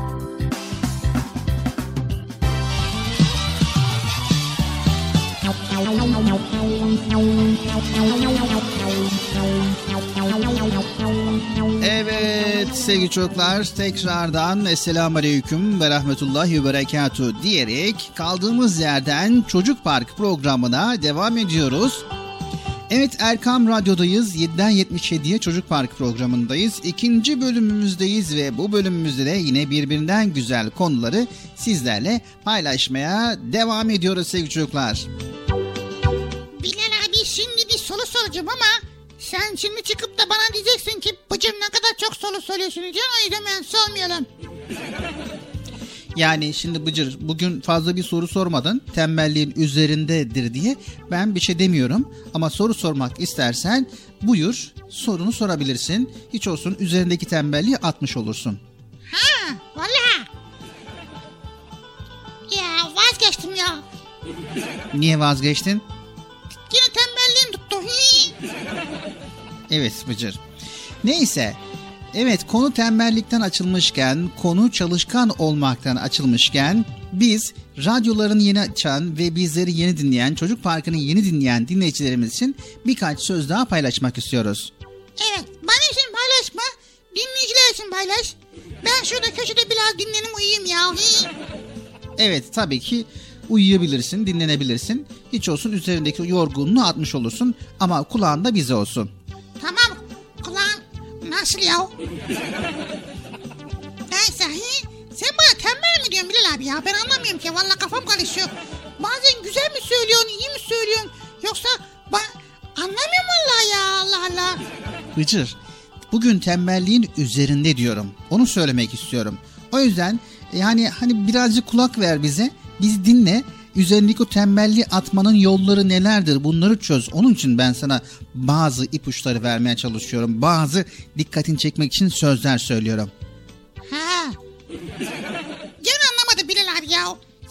Evet sevgili çocuklar, tekrardan Esselamu Aleyküm ve Rahmetullahi ve Berekatuhu diyerek kaldığımız yerden Çocuk Park programına devam ediyoruz. Evet, Erkam Radyo'dayız. yediden yetmiş yediye Çocuk Park programındayız. İkinci bölümümüzdeyiz ve bu bölümümüzde de yine birbirinden güzel konuları sizlerle paylaşmaya devam ediyoruz sevgili çocuklar. Bilal abi, şimdi bir soru soracağım ama sen şimdi çıkıp da bana diyeceksin ki Bıcır ne kadar çok soru soruyorsunuz canım, o yüzden ben sormayalım. Yani şimdi Bıcır, bugün fazla bir soru sormadın, tembelliğin üzerindedir diye ben bir şey demiyorum. Ama soru sormak istersen buyur, sorunu sorabilirsin. Hiç olsun üzerindeki tembelliği atmış olursun. Ha, vallahi. Ya vazgeçtim ya. Niye vazgeçtin? Yine tembelliğim tuttu. Evet Bıcır. Neyse. Evet, konu tembellikten açılmışken, konu çalışkan olmaktan açılmışken biz radyolarını yeni açan ve bizleri yeni dinleyen, Çocuk Parkı'nı yeni dinleyen dinleyicilerimiz için birkaç söz daha paylaşmak istiyoruz. Evet, bana için paylaşma, dinleyiciler için paylaş. Ben şurada köşede biraz dinlenip uyuyayım ya. Evet, tabii ki uyuyabilirsin, dinlenebilirsin. Hiç olsun üzerindeki yorgunluğu atmış olursun ama kulağında bize olsun. Tamam, kulağın nasıl ya? Neyse, he? Sen bana tembel mi diyorsun Bilal abi ya? Ben anlamıyorum ki, vallahi kafam karışıyor. Bazen güzel mi söylüyorsun, iyi mi söylüyorsun? Yoksa ben anlamıyorum vallahi ya, Allah Allah. Bıcır, bugün tembelliğin üzerinde diyorum. Onu söylemek istiyorum. O yüzden yani hani birazcık kulak ver bize. Biz dinle. Üzerindeki o tembelliği atmanın yolları nelerdir? Bunları çöz. Onun için ben sana bazı ipuçları vermeye çalışıyorum. Bazı dikkatini çekmek için sözler söylüyorum. Ha.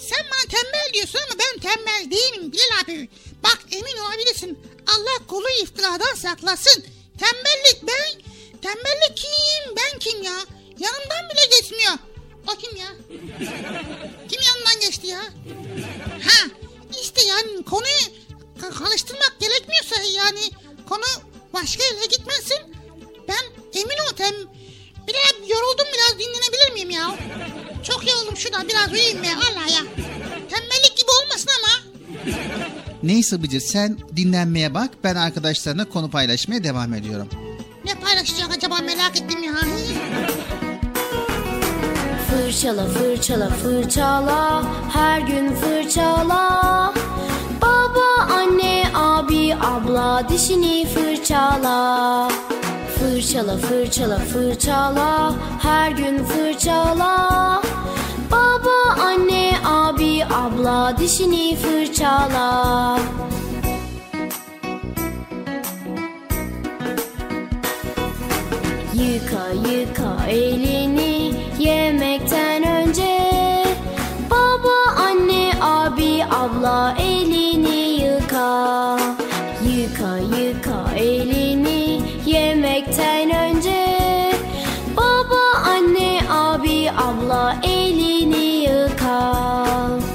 Sen bana tembel diyorsun ama ben tembel değilim Bilal abi. Bak emin olabilirsin. Allah kulu iftiradan saklasın. Tembellik ben. Tembellik kim? Ben kim ya? Yanımdan bile geçmiyor. O kim ya? Kim yanından geçti ya? Ha işte yani konuyu karıştırmak gerekmiyorsa yani konu başka yere gitmesin. Ben emin ol tem. Biraz yoruldum, biraz dinlenebilir miyim ya? Çok yoruldum, şurada biraz uyuyayım ya Allah ya. Tembellik gibi olmasın ama. Neyse Bıcır, sen dinlenmeye bak, ben arkadaşlarına konu paylaşmaya devam ediyorum. Ne paylaşacak acaba, merak ettim ya. Fırçala fırçala fırçala, her gün fırçala. Baba, anne, abi, abla, dişini fırçala. Fırçala fırçala fırçala, her gün fırçala. Baba, anne, abi, abla, dişini fırçala. Yıka yıka elini yemekten önce. Baba, anne, abi, abla, elini yıka. Yıka yıka elini yemekten önce. Baba, anne, abi, abla, elini yıka.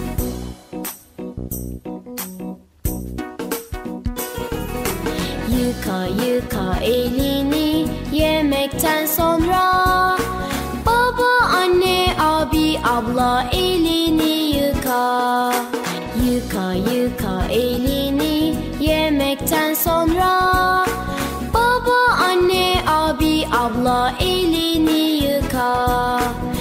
Yıka yıka elini yemekten sonra. Baba, anne, abi, abla, elini yıka. Yıka yıka elini yemekten sonra. Baba, anne, abi, abla, elini yıka.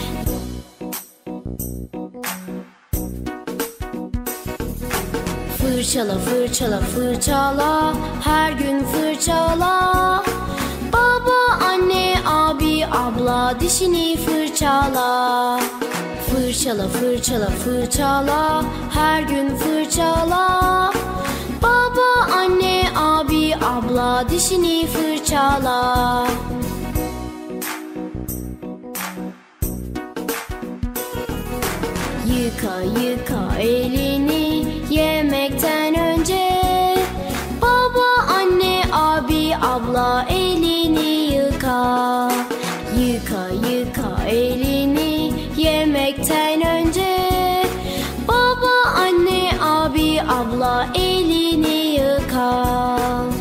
Fırçala fırçala fırçala, her gün fırçala. Baba, anne, abi, abla, dişini fırçala. Fırçala fırçala fırçala, her gün fırçala. Baba, anne, abi, abla, dişini fırçala. Yıka yıka elini yemekten önce. Baba, anne, abi, abla, elini yıka. Yıka yıka elini yemekten önce. Baba, anne, abi, abla, elini yıka.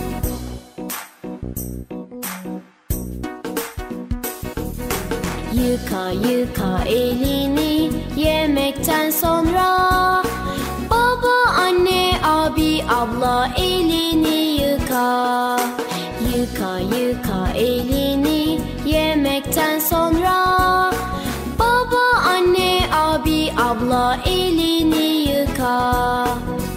Yıka yıka elini yemekten sonra. Baba, anne, abi, abla, elini yıka. Yıka yıka elini yemekten sonra. Baba, anne, abi, abla, elini yıka.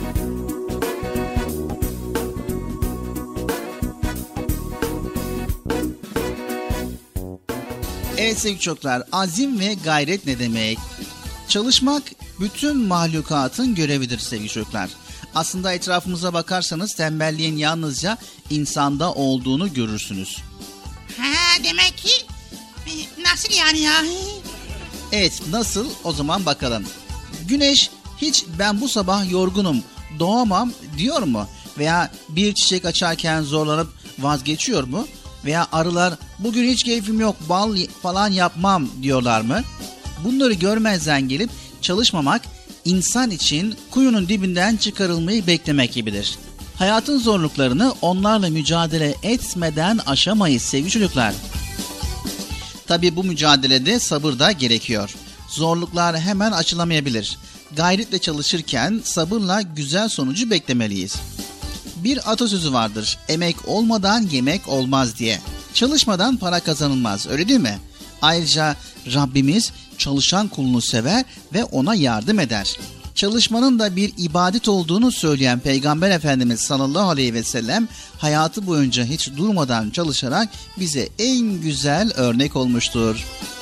Evet sevgili çocuklar, azim ve gayret ne demek? Çalışmak bütün mahlukatın görevidir sevgili çocuklar. Aslında etrafımıza bakarsanız tembelliğin yalnızca insanda olduğunu görürsünüz. Ha, demek ki nasıl yani ya? Evet, nasıl? O zaman bakalım. Güneş hiç ben bu sabah yorgunum, doğamam diyor mu? Veya bir çiçek açarken zorlanıp vazgeçiyor mu? Veya arılar bugün hiç keyfim yok, bal falan yapmam diyorlar mı? Bunları görmezden gelip çalışmamak insan için kuyunun dibinden çıkarılmayı beklemek gibidir. Hayatın zorluklarını onlarla mücadele etmeden aşamayız sevgili çocuklar. Tabii bu mücadelede sabır da gerekiyor. Zorluklar hemen aşılamayabilir. Gayretle çalışırken sabırla güzel sonucu beklemeliyiz. Bir atasözü vardır, emek olmadan yemek olmaz diye. Çalışmadan para kazanılmaz, öyle değil mi? Ayrıca Rabbimiz çalışan kulunu sever ve ona yardım eder. Çalışmanın da bir ibadet olduğunu söyleyen Peygamber Efendimiz sallallahu aleyhi ve sellem hayatı boyunca hiç durmadan çalışarak bize en güzel örnek olmuştur.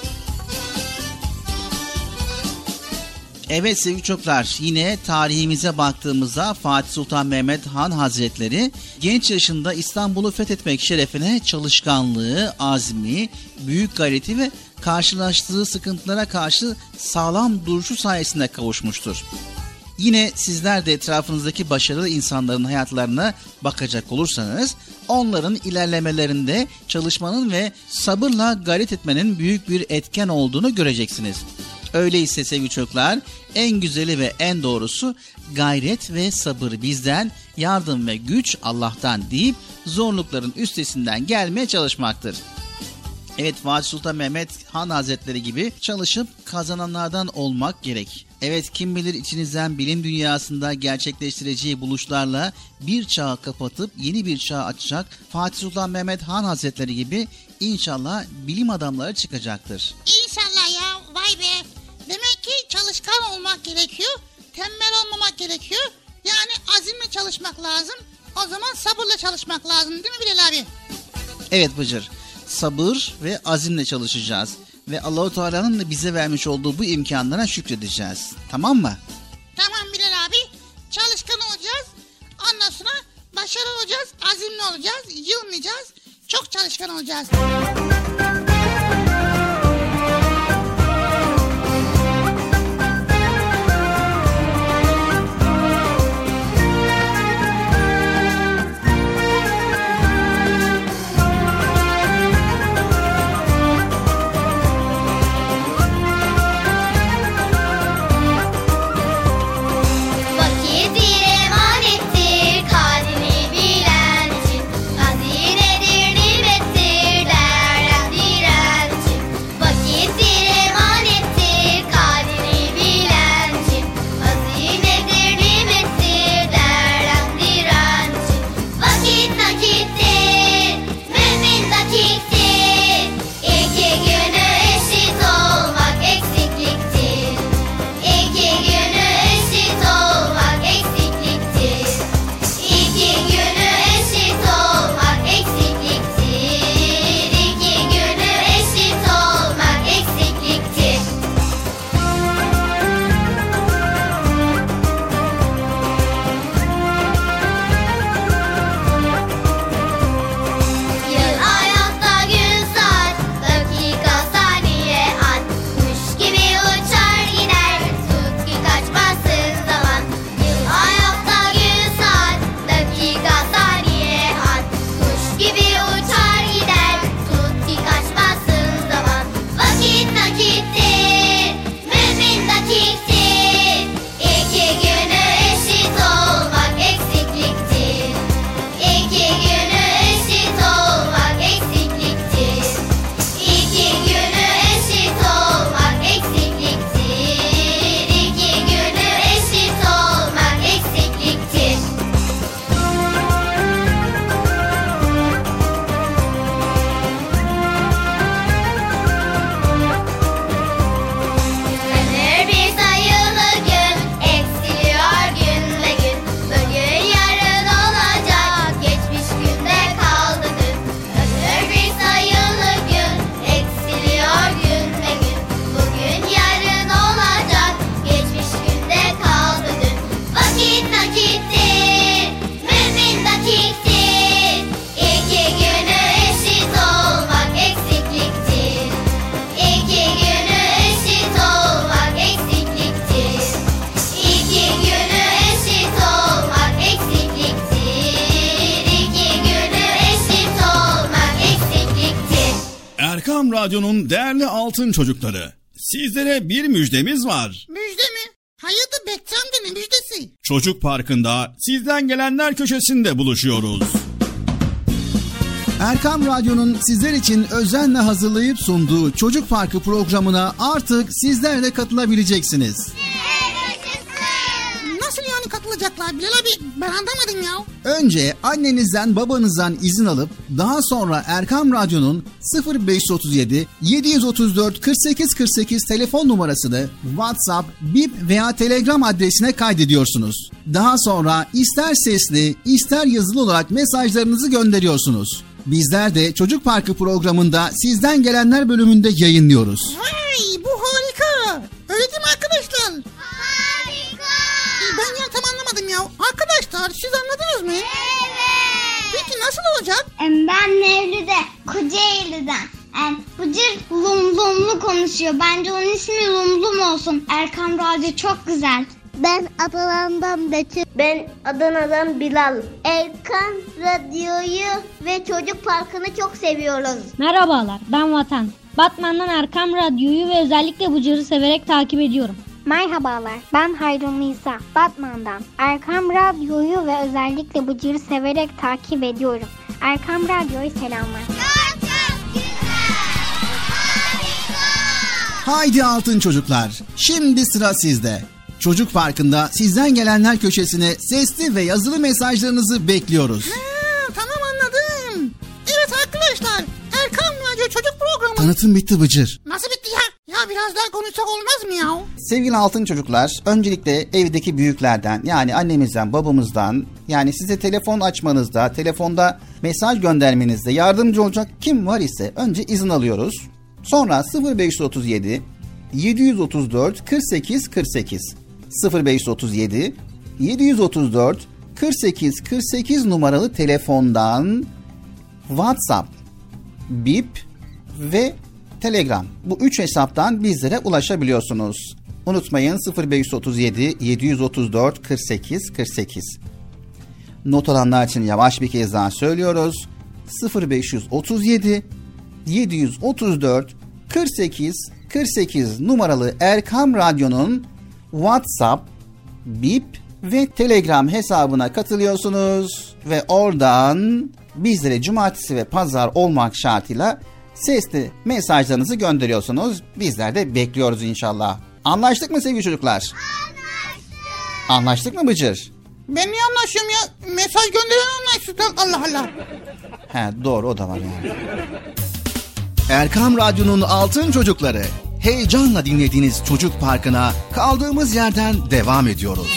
Evet sevgili çocuklar, yine tarihimize baktığımızda Fatih Sultan Mehmet Han Hazretleri genç yaşında İstanbul'u fethetmek şerefine çalışkanlığı, azmi, büyük gayreti ve karşılaştığı sıkıntılara karşı sağlam duruşu sayesinde kavuşmuştur. Yine sizler de etrafınızdaki başarılı insanların hayatlarına bakacak olursanız onların ilerlemelerinde çalışmanın ve sabırla gayret etmenin büyük bir etken olduğunu göreceksiniz. Öyleyse sevgili çocuklar, en güzeli ve en doğrusu gayret ve sabır bizden, yardım ve güç Allah'tan deyip zorlukların üstesinden gelmeye çalışmaktır. Evet, Fatih Sultan Mehmet Han Hazretleri gibi çalışıp kazananlardan olmak gerek. Evet, kim bilir içinizden bilim dünyasında gerçekleştireceği buluşlarla bir çağı kapatıp yeni bir çağ açacak Fatih Sultan Mehmet Han Hazretleri gibi inşallah bilim adamları çıkacaktır. İnşallah ya, vay be. Demek ki çalışkan olmak gerekiyor, tembel olmamak gerekiyor. Yani azimle çalışmak lazım. O zaman sabırla çalışmak lazım, değil mi Bilal abi? Evet Bıcır. Sabır ve azimle çalışacağız ve Allahu Teala'nın da bize vermiş olduğu bu imkanlara şükredeceğiz. Tamam mı? Tamam Bilal abi. Çalışkan olacağız. Ondan sonra başarılı olacağız, azimli olacağız, yılmayacağız. Çok çalışkan olacağız. Erkam Radyo'nun değerli altın çocukları, sizlere bir müjdemiz var. Müjde mi? Hayırdır Bekçi amca, ne müjdesi? Çocuk Parkı'nda sizden gelenler köşesinde buluşuyoruz. Erkam Radyo'nun sizler için özenle hazırlayıp sunduğu Çocuk Parkı programına artık sizler de katılabileceksiniz. Nasıl yani katılacaklar Bilal abi? Ben anlamadım ya. Önce annenizden babanızdan izin alıp daha sonra Erkam Radyo'nun sıfır beş otuz yedi yedi otuz dört kırk sekiz kırk sekiz telefon numarasını WhatsApp, Bip veya Telegram adresine kaydediyorsunuz. Daha sonra ister sesli ister yazılı olarak mesajlarınızı gönderiyorsunuz. Bizler de Çocuk Parkı programında sizden gelenler bölümünde yayınlıyoruz. Vay, bu harika. Öyle değil mi arkadaşlar? Harika. Ben ya tam anlamadım ya. Arkadaşlar siz anladınız mı? Evet. Peki nasıl olacak? Ben Mevlüt'e Kocaeli'den. Bıcır Lumlu Lumlu konuşuyor. Bence onun ismi Lumlum olsun. Erkam Radyo çok güzel. Ben Adana'dan Betül. Ben Adana'dan Bilal. Erkam Radyo'yu ve Çocuk Parkı'nı çok seviyoruz. Merhabalar, ben Vatan. Batman'dan Erkam Radyo'yu ve özellikle Bıcır'ı severek takip ediyorum. Merhabalar, ben Hayrun Nisa. Batman'dan Erkam Radyo'yu ve özellikle Bıcır'ı severek takip ediyorum. Erkam Radyo'yu selamlar. Haydi altın çocuklar, şimdi sıra sizde. Çocuk Parkı'nda sizden gelenler köşesine sesli ve yazılı mesajlarınızı bekliyoruz. Ha, tamam anladım. Evet arkadaşlar, Erkam Radyo Çocuk Programı. Tanıtım bitti Bıcır. Nasıl bitti ya? Ya biraz daha konuşsak olmaz mı ya? Sevgili altın çocuklar, öncelikle evdeki büyüklerden, yani annemizden, babamızdan, yani size telefon açmanızda, telefonda mesaj göndermenizde yardımcı olacak kim var ise önce izin alıyoruz. Sonra sıfır beş otuz yedi yedi yüz otuz dört kırk sekiz kırk sekiz sıfır beş otuz yedi yedi yüz otuz dört kırk sekiz kırk sekiz numaralı telefondan WhatsApp, Bip ve Telegram, bu üç hesaptan bizlere ulaşabiliyorsunuz. Unutmayın, sıfır beş otuz yedi yedi yüz otuz dört kırk sekiz kırk sekiz. Not alanlar için yavaş bir kez daha söylüyoruz. sıfır beş otuz yedi yedi yüz otuz dört kırk sekiz kırk sekiz numaralı Erkam Radyo'nun WhatsApp, Bip ve Telegram hesabına katılıyorsunuz ve oradan bizlere cumartesi ve pazar olmak şartıyla sesli mesajlarınızı gönderiyorsunuz. Bizler de bekliyoruz inşallah. Anlaştık mı sevgili çocuklar? Anlaştık. Anlaştık mı Bıcır? Ben niye anlaşıyorum ya? Mesaj gönderen anlaştık. Allah Allah. He, doğru, o da var yani. Erkam Radyo'nun altın çocukları, heyecanla dinlediğiniz Çocuk Parkı'na kaldığımız yerden devam ediyoruz.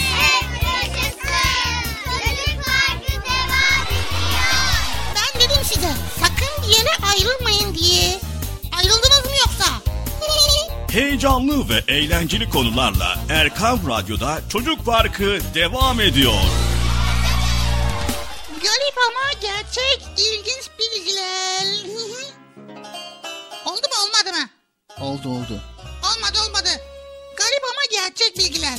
Ben dedim size, sakın bir yere ayrılmayın diye. Ayrıldınız mı yoksa? Heyecanlı ve eğlenceli konularla Erkam Radyo'da Çocuk Parkı devam ediyor. Garip ama gerçek ilginç bilgiler. Oldu mu olmadı mı? Oldu oldu. Olmadı olmadı. Garip ama gerçek bilgiler.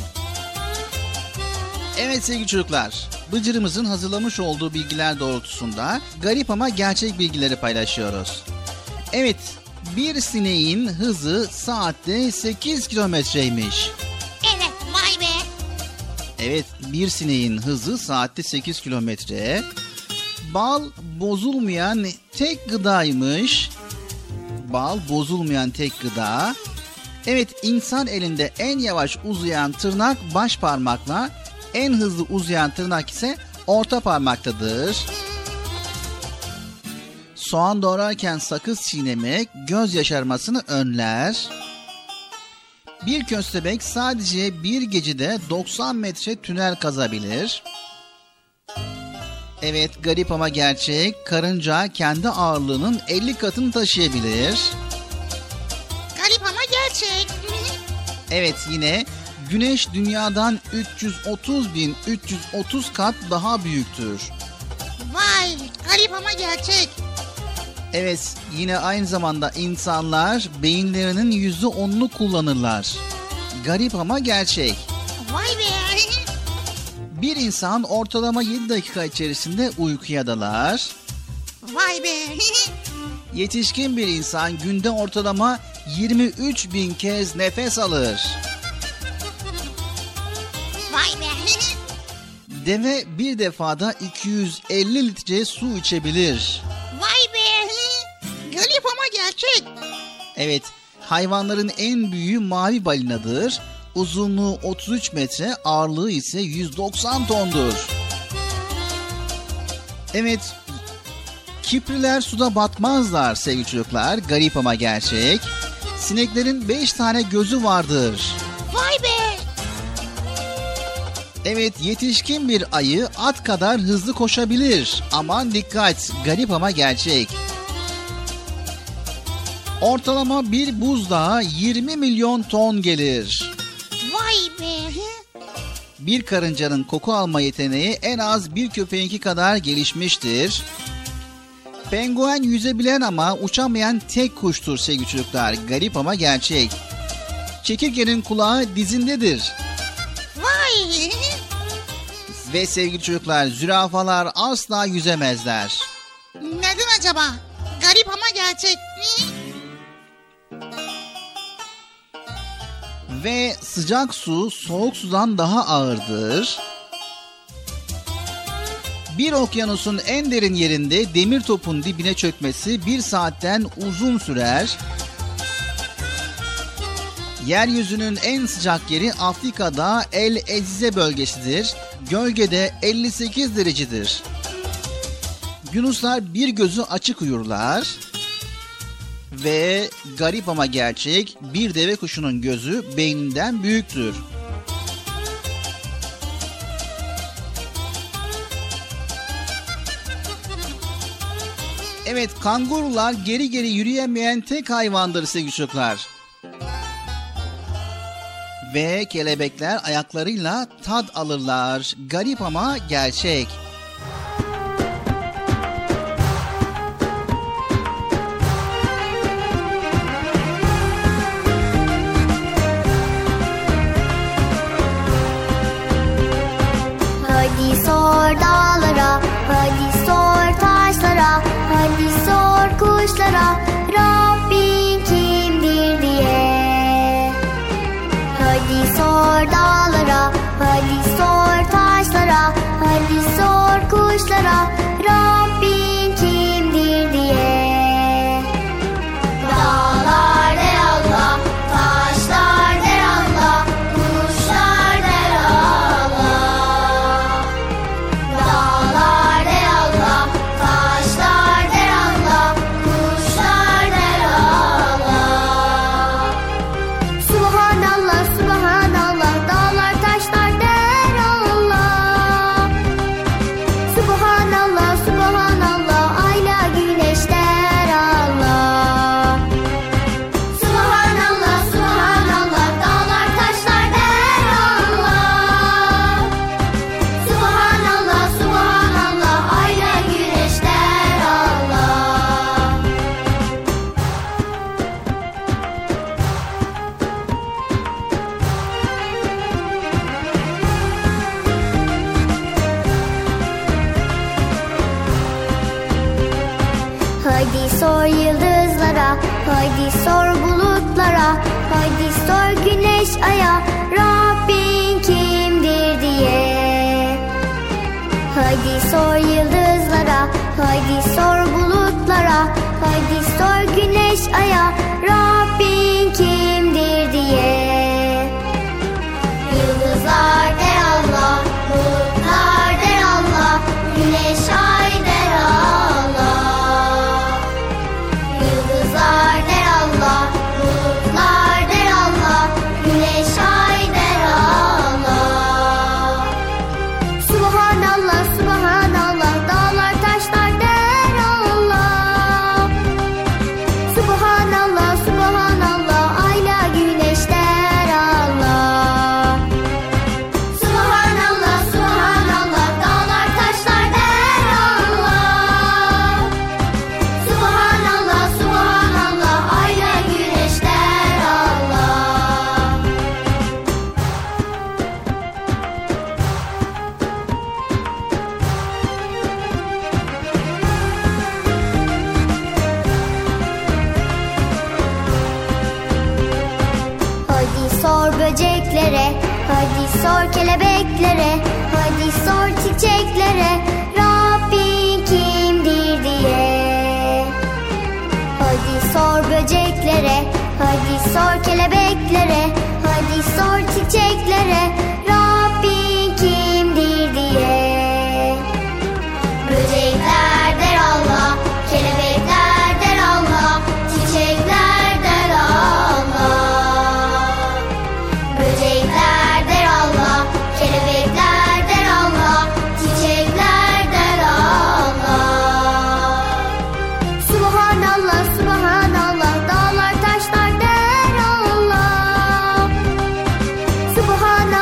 Evet sevgili çocuklar, Bıcır'ımızın hazırlamış olduğu bilgiler doğrultusunda garip ama gerçek bilgileri paylaşıyoruz. Evet, bir sineğin hızı saatte sekiz kilometreymiş. Evet, vay be. Evet, bir sineğin hızı saatte sekiz kilometre. Bal bozulmayan tek gıdaymış. Bal bozulmayan tek gıda. Evet, insan elinde en yavaş uzayan tırnak baş parmakla, en hızlı uzayan tırnak ise orta parmaktadır. Soğan doğrarken sakız çiğnemek göz yaşarmasını önler. Bir köstebek sadece bir gecede doksan metre tünel kazabilir. Evet, garip ama gerçek, karınca kendi ağırlığının elli katını taşıyabilir. Garip ama gerçek. Evet, yine Güneş dünyadan üç yüz otuz bin üç yüz otuz kat daha büyüktür. Vay, garip ama gerçek. Evet, yine aynı zamanda insanlar beyinlerinin yüzde onunu kullanırlar. Garip ama gerçek. Vay be. Bir insan ortalama yedi dakika içerisinde uykuya dalar. Vay be. Yetişkin bir insan günde ortalama yirmi üç bin kez nefes alır. Vay be. Deve bir defada iki yüz elli litre su içebilir. Vay be. Garip ama gerçek. Evet, hayvanların en büyüğü mavi balinadır. Uzunluğu otuz üç metre, ağırlığı ise yüz doksan tondur. Evet, kipriler suda batmazlar sevgili çocuklar. Garip ama gerçek. Sineklerin beş tane gözü vardır. Vay be. Evet, yetişkin bir ayı at kadar hızlı koşabilir. Aman dikkat, garip ama gerçek. Ortalama bir buzdağı yirmi milyon ton gelir. Vay be. Bir karıncanın koku alma yeteneği en az bir köpeğinki kadar gelişmiştir. Penguen yüzebilen ama uçamayan tek kuştur sevgili çocuklar. Garip ama gerçek. Çekirgenin kulağı dizindedir. Vay! Ve sevgili çocuklar, zürafalar asla yüzemezler. Neden acaba? Garip ama gerçek. Ve sıcak su soğuk sudan daha ağırdır. Bir okyanusun en derin yerinde demir topun dibine çökmesi bir saatten uzun sürer. Yeryüzünün en sıcak yeri Afrika'da El Ezize bölgesidir. Gölgede elli sekiz derecedir. Yunuslar bir gözü açık uyurlar. Ve garip ama gerçek, bir deve kuşunun gözü beyninden büyüktür. Evet, kangurular geri geri yürüyemeyen tek hayvandır sevgili çocuklar. Ve kelebekler ayaklarıyla tad alırlar. Garip ama gerçek. Hadi sor dağlara, hadi sor taşlara, hadi sor kuşlara, Rabbin kimdir diye. Hadi sor dağlara, hadi sor taşlara, hadi sor kuşlara, Rabbin kimdir diye. Dağlar der Allah, taşlar der Allah, kuşlar der Allah. Dağlar der Allah, taşlar der Allah, kuşlar der Allah. Subhanallah, subhanallah, dağlar taşlar der Allah. Subhanallah, subhanallah, ayla güneş der Allah. Subhanallah, subhanallah, dağlar taşlar der Allah. Subhanallah, subhanallah, ayla güneş der Allah. Hadi sor yıldızlara, hadi sor bulutlara, hadi sor güneş aya, Rabbin kimdir diye. Hadi sor yıldızlara, hadi sor bulutlara, hadi sor güneş aya, Rabbin kimdir diye. Yıldızlar der Allah, bulutlar der Allah, güneş ay der Allah. Yıldızlar der Allah, bulutlar der Allah, güneş ay der Allah. Subhanallah, subhanallah, dağlar taşlar der Allah. Subhanallah, subhanallah, ayla güneş der Allah. Subhanallah, subhanallah, dağlar taşlar der Allah. Subhanallah, subhanallah, ayla güneş der Allah. Hadi sor böceklere, hadi sor kelebeklere, hadi sor çiçeklere, Rabbin kimdir diye. Hadi sor böceklere, hadi sor kelebeklere, hadi sor çiçeklere, Rabbin kimdir diye. Böcekler der Allah, kelebekler der Allah, çiçekler der Allah. Böcekler der Allah, kelebekler der Allah, çiçekler der Allah. Subhanallah, subhanallah, dağlar taşlar der Allah. Subhanallah.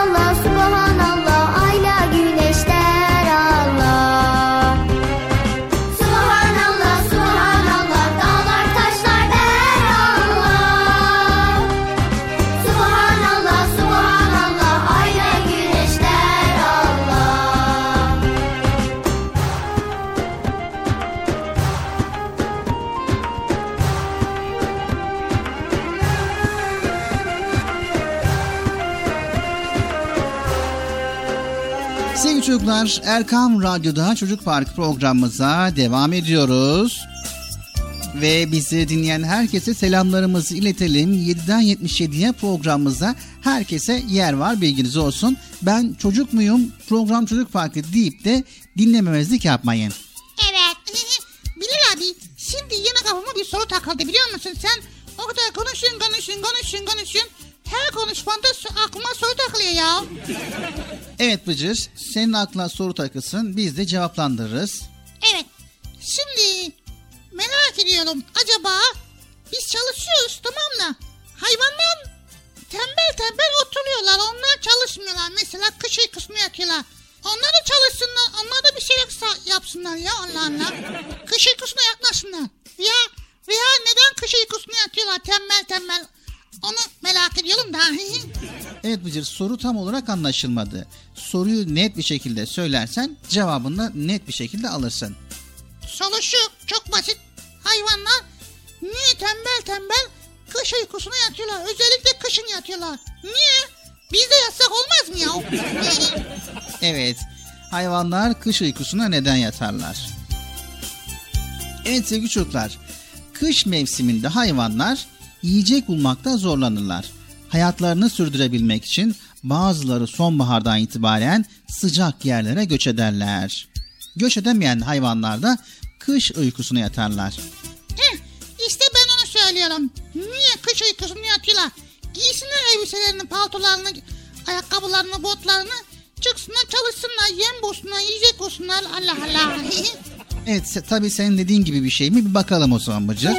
Sevgili çocuklar, Erkam Radyo'da Çocuk Park programımıza devam ediyoruz. Ve bizi dinleyen herkese selamlarımızı iletelim. yediden yetmiş yediye programımızda herkese yer var, bilginiz olsun. Ben çocuk muyum, program Çocuk Parkı deyip de dinlememezlik yapmayın. Evet. Bilal abi, şimdi yine kafama bir soru takıldı, biliyor musun sen? O kadar konuşun konuşun konuşun konuşun. Her konuşmanda aklıma soru takılıyor ya. Evet Bıcır, senin aklına soru takılsın, biz de cevaplandırırız. Evet. Şimdi merak ediyorum, acaba biz çalışıyoruz, tamam mı? Hayvanlar tembel tembel oturuyorlar, onlar çalışmıyorlar. Mesela kış uykusunu yatıyorlar. Onlar da çalışsınlar, onlar da bir şey yapsınlar ya, Allah Allah. Kış uykusuna yatmasınlar. Ya veya neden kış uykusuna yatıyorlar tembel tembel? Onu merak ediyorum da. Evet Bıcır, soru tam olarak anlaşılmadı. Soruyu net bir şekilde söylersen cevabını da net bir şekilde alırsın. Soru şu, çok basit. Hayvanlar niye tembel tembel kış uykusuna yatıyorlar? Özellikle kışın yatıyorlar. Niye? Biz de yatsak olmaz mı ya? Evet, hayvanlar kış uykusuna neden yatarlar? Evet sevgili çocuklar, kış mevsiminde hayvanlar yiyecek bulmakta zorlanırlar. Hayatlarını sürdürebilmek için bazıları sonbahardan itibaren sıcak yerlere göç ederler. Göç edemeyen hayvanlar da kış uykusuna yatarlar. Heh, işte ben onu söylüyorum. Niye kış uykusuna yatıyorlar? Giysinler elbiselerini, paltolarını, ayakkabılarını, botlarını, çıksınlar, çalışsınlar, yem bulsunlar, yiyecek bulsunlar. Allah Allah. Evet, tabii senin dediğin gibi bir şey mi? Bir bakalım o zaman Bıcır.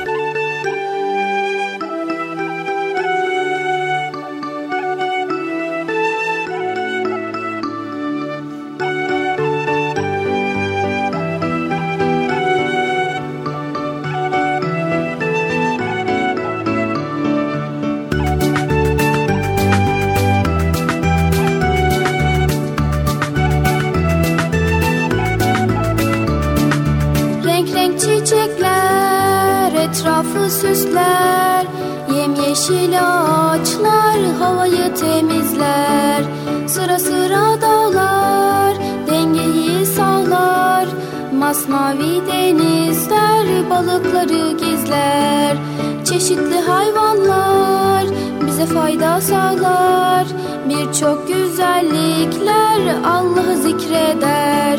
Süsler, yemyeşil ağaçlar havayı temizler. Sıra sıra dağlar dengeyi sağlar. Masmavi denizler balıkları gizler. Çeşitli hayvanlar bize fayda sağlar. Birçok güzellikler Allah'ı zikreder.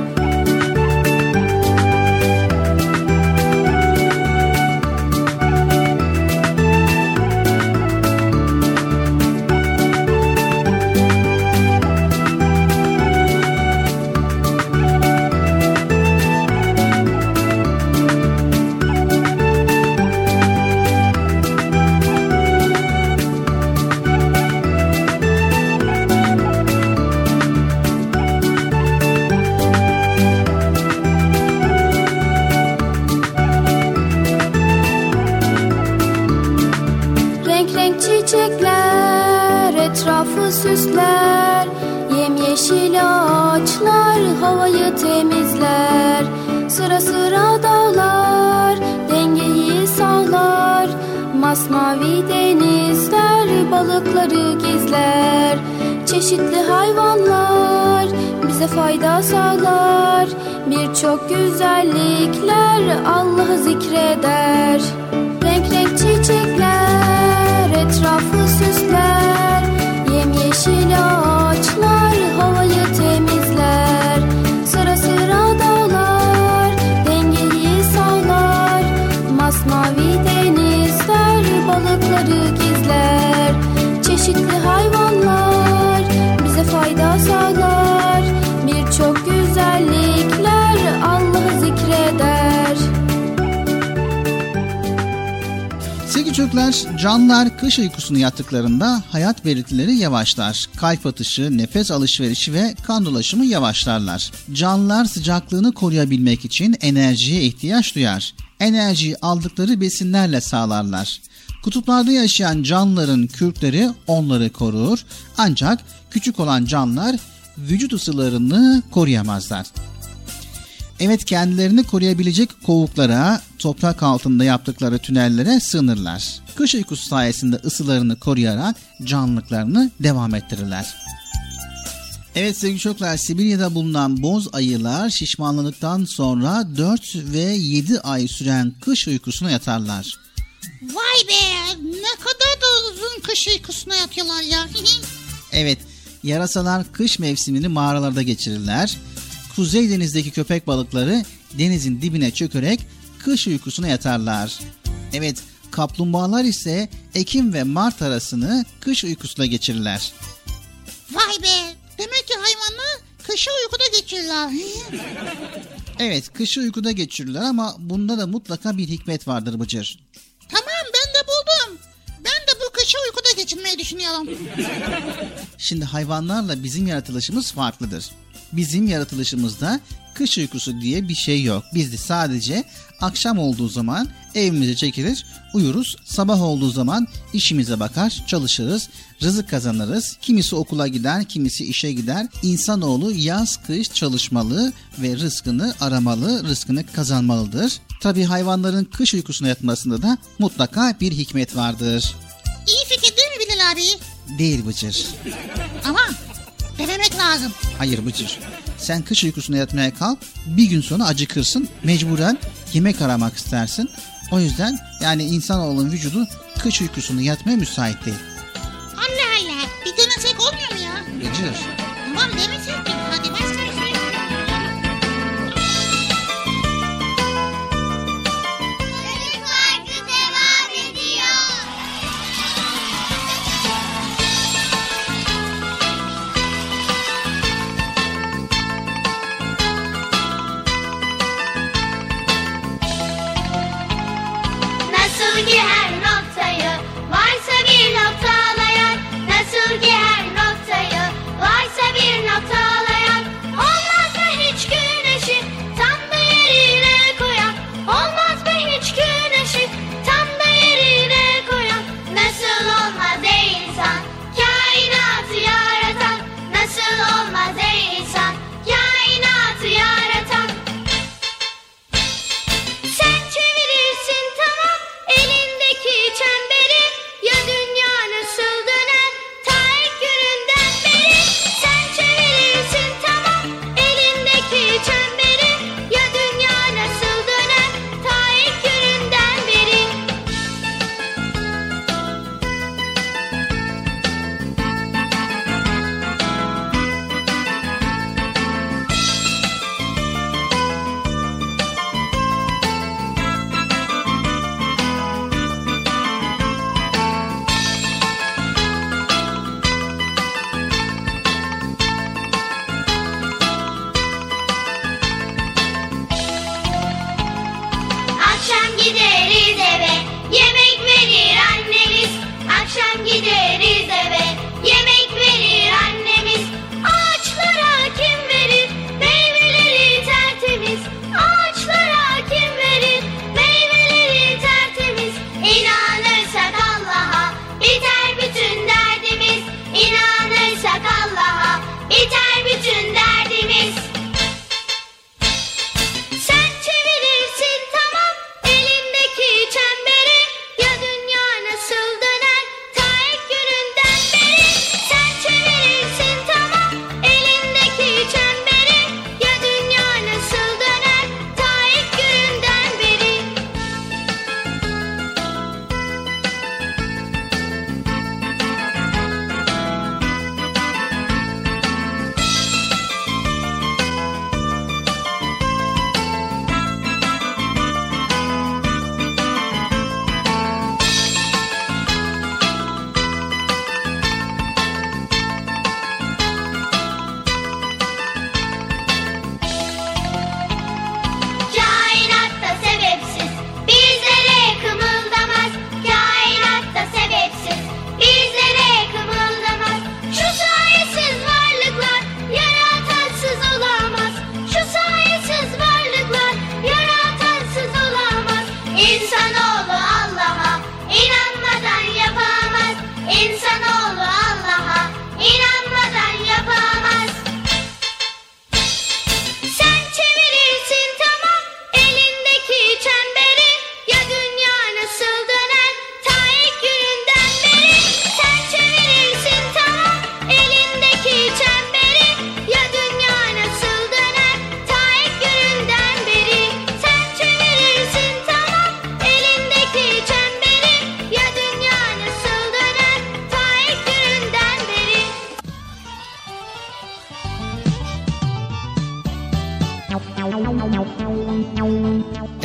Süsler, yemyeşil ağaçlar havayı temizler. Sıra sıra dağlar dengeyi sağlar. Masmavi denizler balıkları gizler. Çeşitli hayvanlar bize fayda sağlar. Birçok güzellikler Allah'ı zikreder. Renk renk çiçekler etrafı süsler. Yemyeşil ağaçlar havayı temizler. Sıra sıra dağlar dengeyi sağlar. Masmavi denizler balıkları gizler. Çeşitli hayvanlar bize fayda sağlar. Birçok güzellikler Allah'ı zikreder. Sevgili çocuklar, canlılar kış uykusunu yattıklarında hayat belirtileri yavaşlar. Kalp atışı, nefes alışverişi ve kan dolaşımı yavaşlarlar. Canlılar sıcaklığını koruyabilmek için enerjiye ihtiyaç duyar. Enerjiyi aldıkları besinlerle sağlarlar. Kutuplarda yaşayan canlıların kürkleri onları korur. Ancak küçük olan canlılar vücut ısılarını koruyamazlar. Evet, kendilerini koruyabilecek kovuklara, toprak altında yaptıkları tünellere sığınırlar. Kış uykusu sayesinde ısılarını koruyarak canlılıklarını devam ettirirler. Evet sevgili çocuklar, Sibirya'da bulunan boz ayılar şişmanladıktan sonra dört ve yedi ay süren kış uykusuna yatarlar. Vay be, ne kadar da uzun kış uykusuna yatıyorlar ya. Evet, yarasalar kış mevsimini mağaralarda geçirirler. Kuzey denizdeki köpek balıkları denizin dibine çökerek kış uykusuna yatarlar. Evet, kaplumbağalar ise Ekim ve Mart arasını kış uykusuna geçirirler. Vay be, demek ki hayvanlar kışı uykuda geçirirler. Evet, kışı uykuda geçirirler ama bunda da mutlaka bir hikmet vardır Bıcır. Tamam, ben de buldum. Ben de bu kışı uykuda geçirmeyi düşünüyorum. Şimdi hayvanlarla bizim yaratılışımız farklıdır. Bizim yaratılışımızda kış uykusu diye bir şey yok. Biz de sadece akşam olduğu zaman evimize çekilir, uyuruz. Sabah olduğu zaman işimize bakar, çalışırız, rızık kazanırız. Kimisi okula gider, kimisi işe gider. İnsanoğlu yaz kış çalışmalı ve rızkını aramalı, rızkını kazanmalıdır. Tabii hayvanların kış uykusuna yatmasında da mutlaka bir hikmet vardır. İyi fikir değil mi Bilal abi? Değil Bıcır. Ama denemek lazım. Hayır Bıcır. Sen kış uykusuna yatmaya kalk, bir gün sonra acıkırsın, mecburen yemek aramak istersin. O yüzden yani insanoğlunun vücudu kış uykusuna yatmaya müsait değil. Allah Allah, bir denesek olmuyor mu ya? Bıcır. Tamam, denesek mi? Hadi başlayalım. Nasıl ki her noktayı varsa bir noktalayan, nasıl ki her noktayı varsa bir noktalayan, olmaz mı hiç güneşi tam da yerine koyan, olmaz mı hiç güneşi tam da yerine koyan, nasıl olmaz ey insan kainatı yaratan, nasıl olmaz ey insan kainatı yaratan. Sen çevirirsin tamam elindeki çemberi, ya dünya nasıl döner ta ilk gününden beri. Sen çevirirsin tamam elindeki çemberi, ya dünya nasıl döner ta ilk gününden beri. Akşam gideriz eve, yemek verir annemiz. Akşam gideriz eve, yemek verir annemiz. Ağaçlara kim verir meyveleri tertemiz? Ağaçlara kim verir meyveleri tertemiz? İnanırsak Allah'a biter bütün derdimiz. İnanırsak Allah'a biter bütün derdimiz. Sen çevirirsin tamam elindeki çemberi, ya dünya nasıl döner ta ilk gününden beri.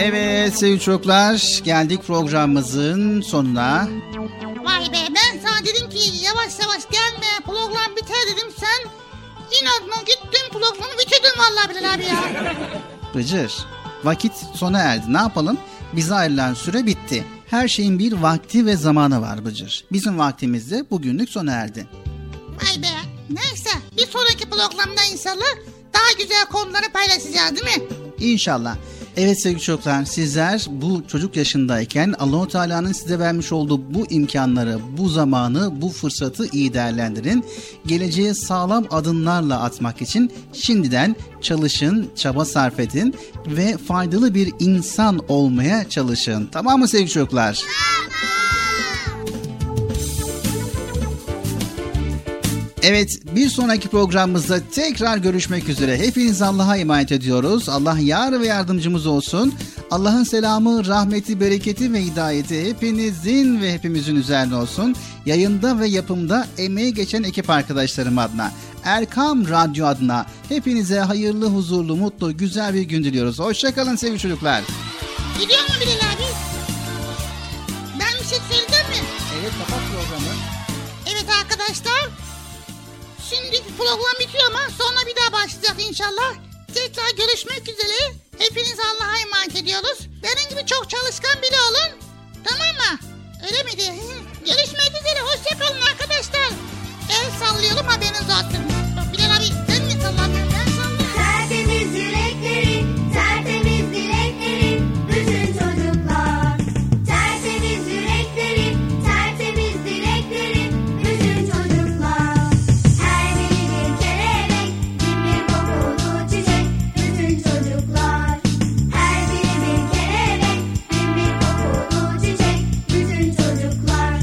Evet sevgili çocuklar, geldik programımızın sonuna. Vay be, ben sana dedim ki yavaş yavaş gelme, program biter dedim, sen inatla gittin programı bitirdin vallahi Bilal abi ya. Bıcır, vakit sona erdi, ne yapalım? Bize ayrılan süre bitti. Her şeyin bir vakti ve zamanı var Bıcır. Bizim vaktimiz de bugünlük sona erdi. Vay be, neyse bir sonraki programda inşallah daha güzel konuları paylaşacağız değil mi? İnşallah. Evet sevgili çocuklar, sizler bu çocuk yaşındayken Allah-u Teala'nın size vermiş olduğu bu imkanları, bu zamanı, bu fırsatı iyi değerlendirin. Geleceğe sağlam adımlarla atmak için şimdiden çalışın, çaba sarf edin ve faydalı bir insan olmaya çalışın. Tamam mı sevgili çocuklar? Evet, bir sonraki programımızda tekrar görüşmek üzere. Hepinizi Allah'a emanet ediyoruz. Allah yar ve yardımcımız olsun. Allah'ın selamı, rahmeti, bereketi ve hidayeti hepinizin ve hepimizin üzerine olsun. Yayında ve yapımda emeği geçen ekip arkadaşlarım adına, Erkam Radyo adına hepinize hayırlı, huzurlu, mutlu, güzel bir gün diliyoruz. Hoşçakalın sevgili çocuklar. Gidiyor mu Bilal abi? Ben bir şey söyleyeceğim mi? Evet, kapat programı. Evet arkadaşlar. Şimdi program bitiyor ama sonra bir daha başlayacak inşallah. Tekrar görüşmek üzere. Hepiniz Allah'a emanet ediyoruz. Benim gibi çok çalışkan biri olun. Tamam mı? Öyle miydi? Görüşmek üzere. Hoşçakalın arkadaşlar. El sallıyorum, haberiniz olsun. Bilal abi sen mi sallamıyorsun? Ben sallıyorum. Tertemiz yürekleri, tertemiz dilekleri, bütün çocuklar. Tertemiz yürekleri, tertemiz dilekleri, bütün çocuklar. Her biri bir kelebek, bin bir kokulu çiçek, bütün çocuklar. Her biri bir kelebek, bin bir kokulu çiçek, bütün çocuklar.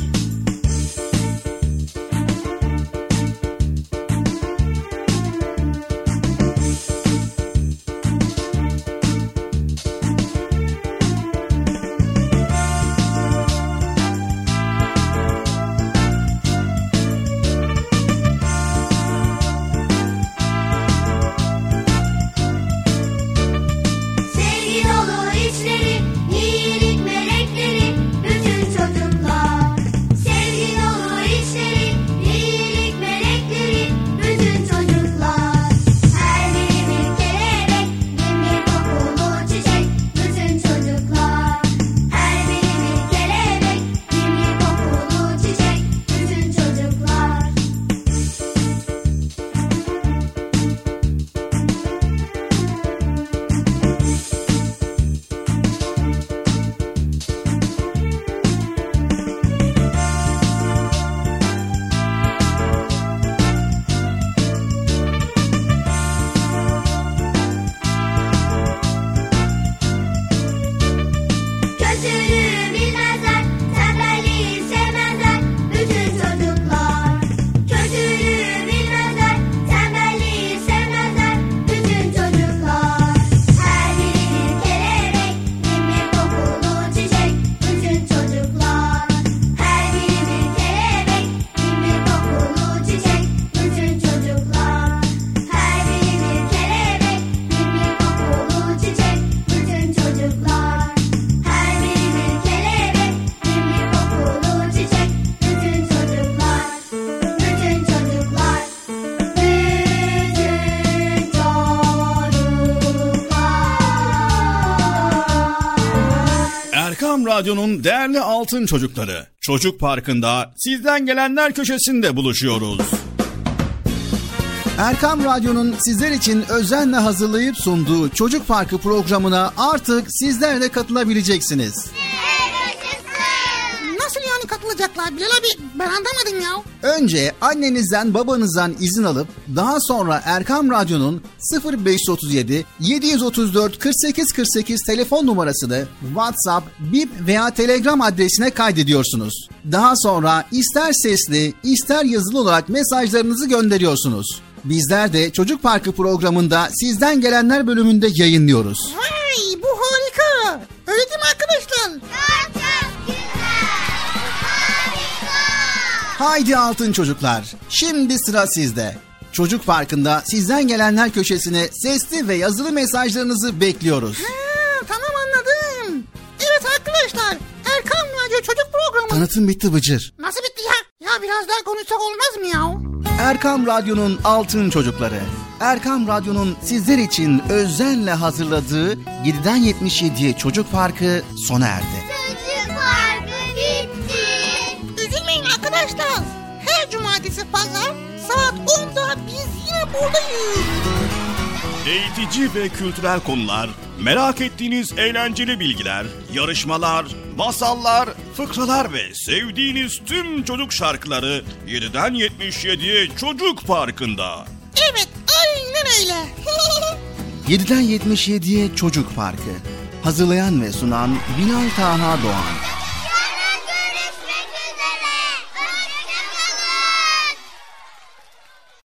Sevgi dolu içleri, iyilik melekleri, bütün çocuklar. Sevgi dolu içleri, iyilik melekleri, bütün çocuklar. Her biri bir kelebek, bin bir kokulu çiçek, bütün çocuklar. Her biri bir kelebek, bin bir kokulu çiçek, bütün çocuklar. Kötülüğü bilmezler, tembelliği sevmezler, bütün çocuklar. Kötülüğü bilmezler, tembelliği sevmezler, bütün çocuklar. Her biri bir kelebek, bin bir kokulu çiçek, bütün çocuklar. Her biri bir kelebek, bin bir kokulu çiçek, bütün çocuklar. Her biri bir kelebek, bin bir kokulu çiçek, bütün çocuklar. Her biri bir kelebek, bin bir kokulu çiçek, bütün çocuklar. Bütün çocuklar. Bütün çocuklar. Erkam Radyo'nun değerli altın çocukları, Çocuk Parkı'nda sizden gelenler köşesinde buluşuyoruz. Erkam Radyo'nun sizler için özenle hazırlayıp sunduğu Çocuk Parkı programına artık sizler de katılabileceksiniz. Nasıl yani katılacaklar Bilal abi? Ben anlamadım ya. Önce annenizden babanızdan izin alıp daha sonra Erkam Radyo'nun sıfır beş otuz yedi yedi otuz dört kırk sekiz kırk sekiz telefon numarasını WhatsApp, Bip veya Telegram adresine kaydediyorsunuz. Daha sonra ister sesli ister yazılı olarak mesajlarınızı gönderiyorsunuz. Bizler de Çocuk Parkı programında sizden gelenler bölümünde yayınlıyoruz. Vay, bu harika. Öyle değil mi arkadaşlar? Haydi altın çocuklar, şimdi sıra sizde. Çocuk Parkı'nda sizden gelenler köşesine sesli ve yazılı mesajlarınızı bekliyoruz. Ha, tamam anladım. Tanıtım bitti Bıcır. Nasıl bitti ya? Ya biraz daha konuşsak olmaz mı ya? Erkam Radyo'nun altın çocukları. Erkam Radyo'nun sizler için özenle hazırladığı yediden yetmiş yediye Çocuk Parkı sona erdi. Çocuk Parkı bitti. Üzülmeyin arkadaşlar. Her cumartesi pazar saat onda biz yine buradayız. Eğitici ve kültürel konular, merak ettiğiniz eğlenceli bilgiler, yarışmalar, masallar, fıkralar ve sevdiğiniz tüm çocuk şarkıları yediden yetmiş yediye Çocuk Parkı'nda. Evet, aynen öyle. yediden yetmiş yediye Çocuk Parkı. Hazırlayan ve sunan Binal Taha Doğan.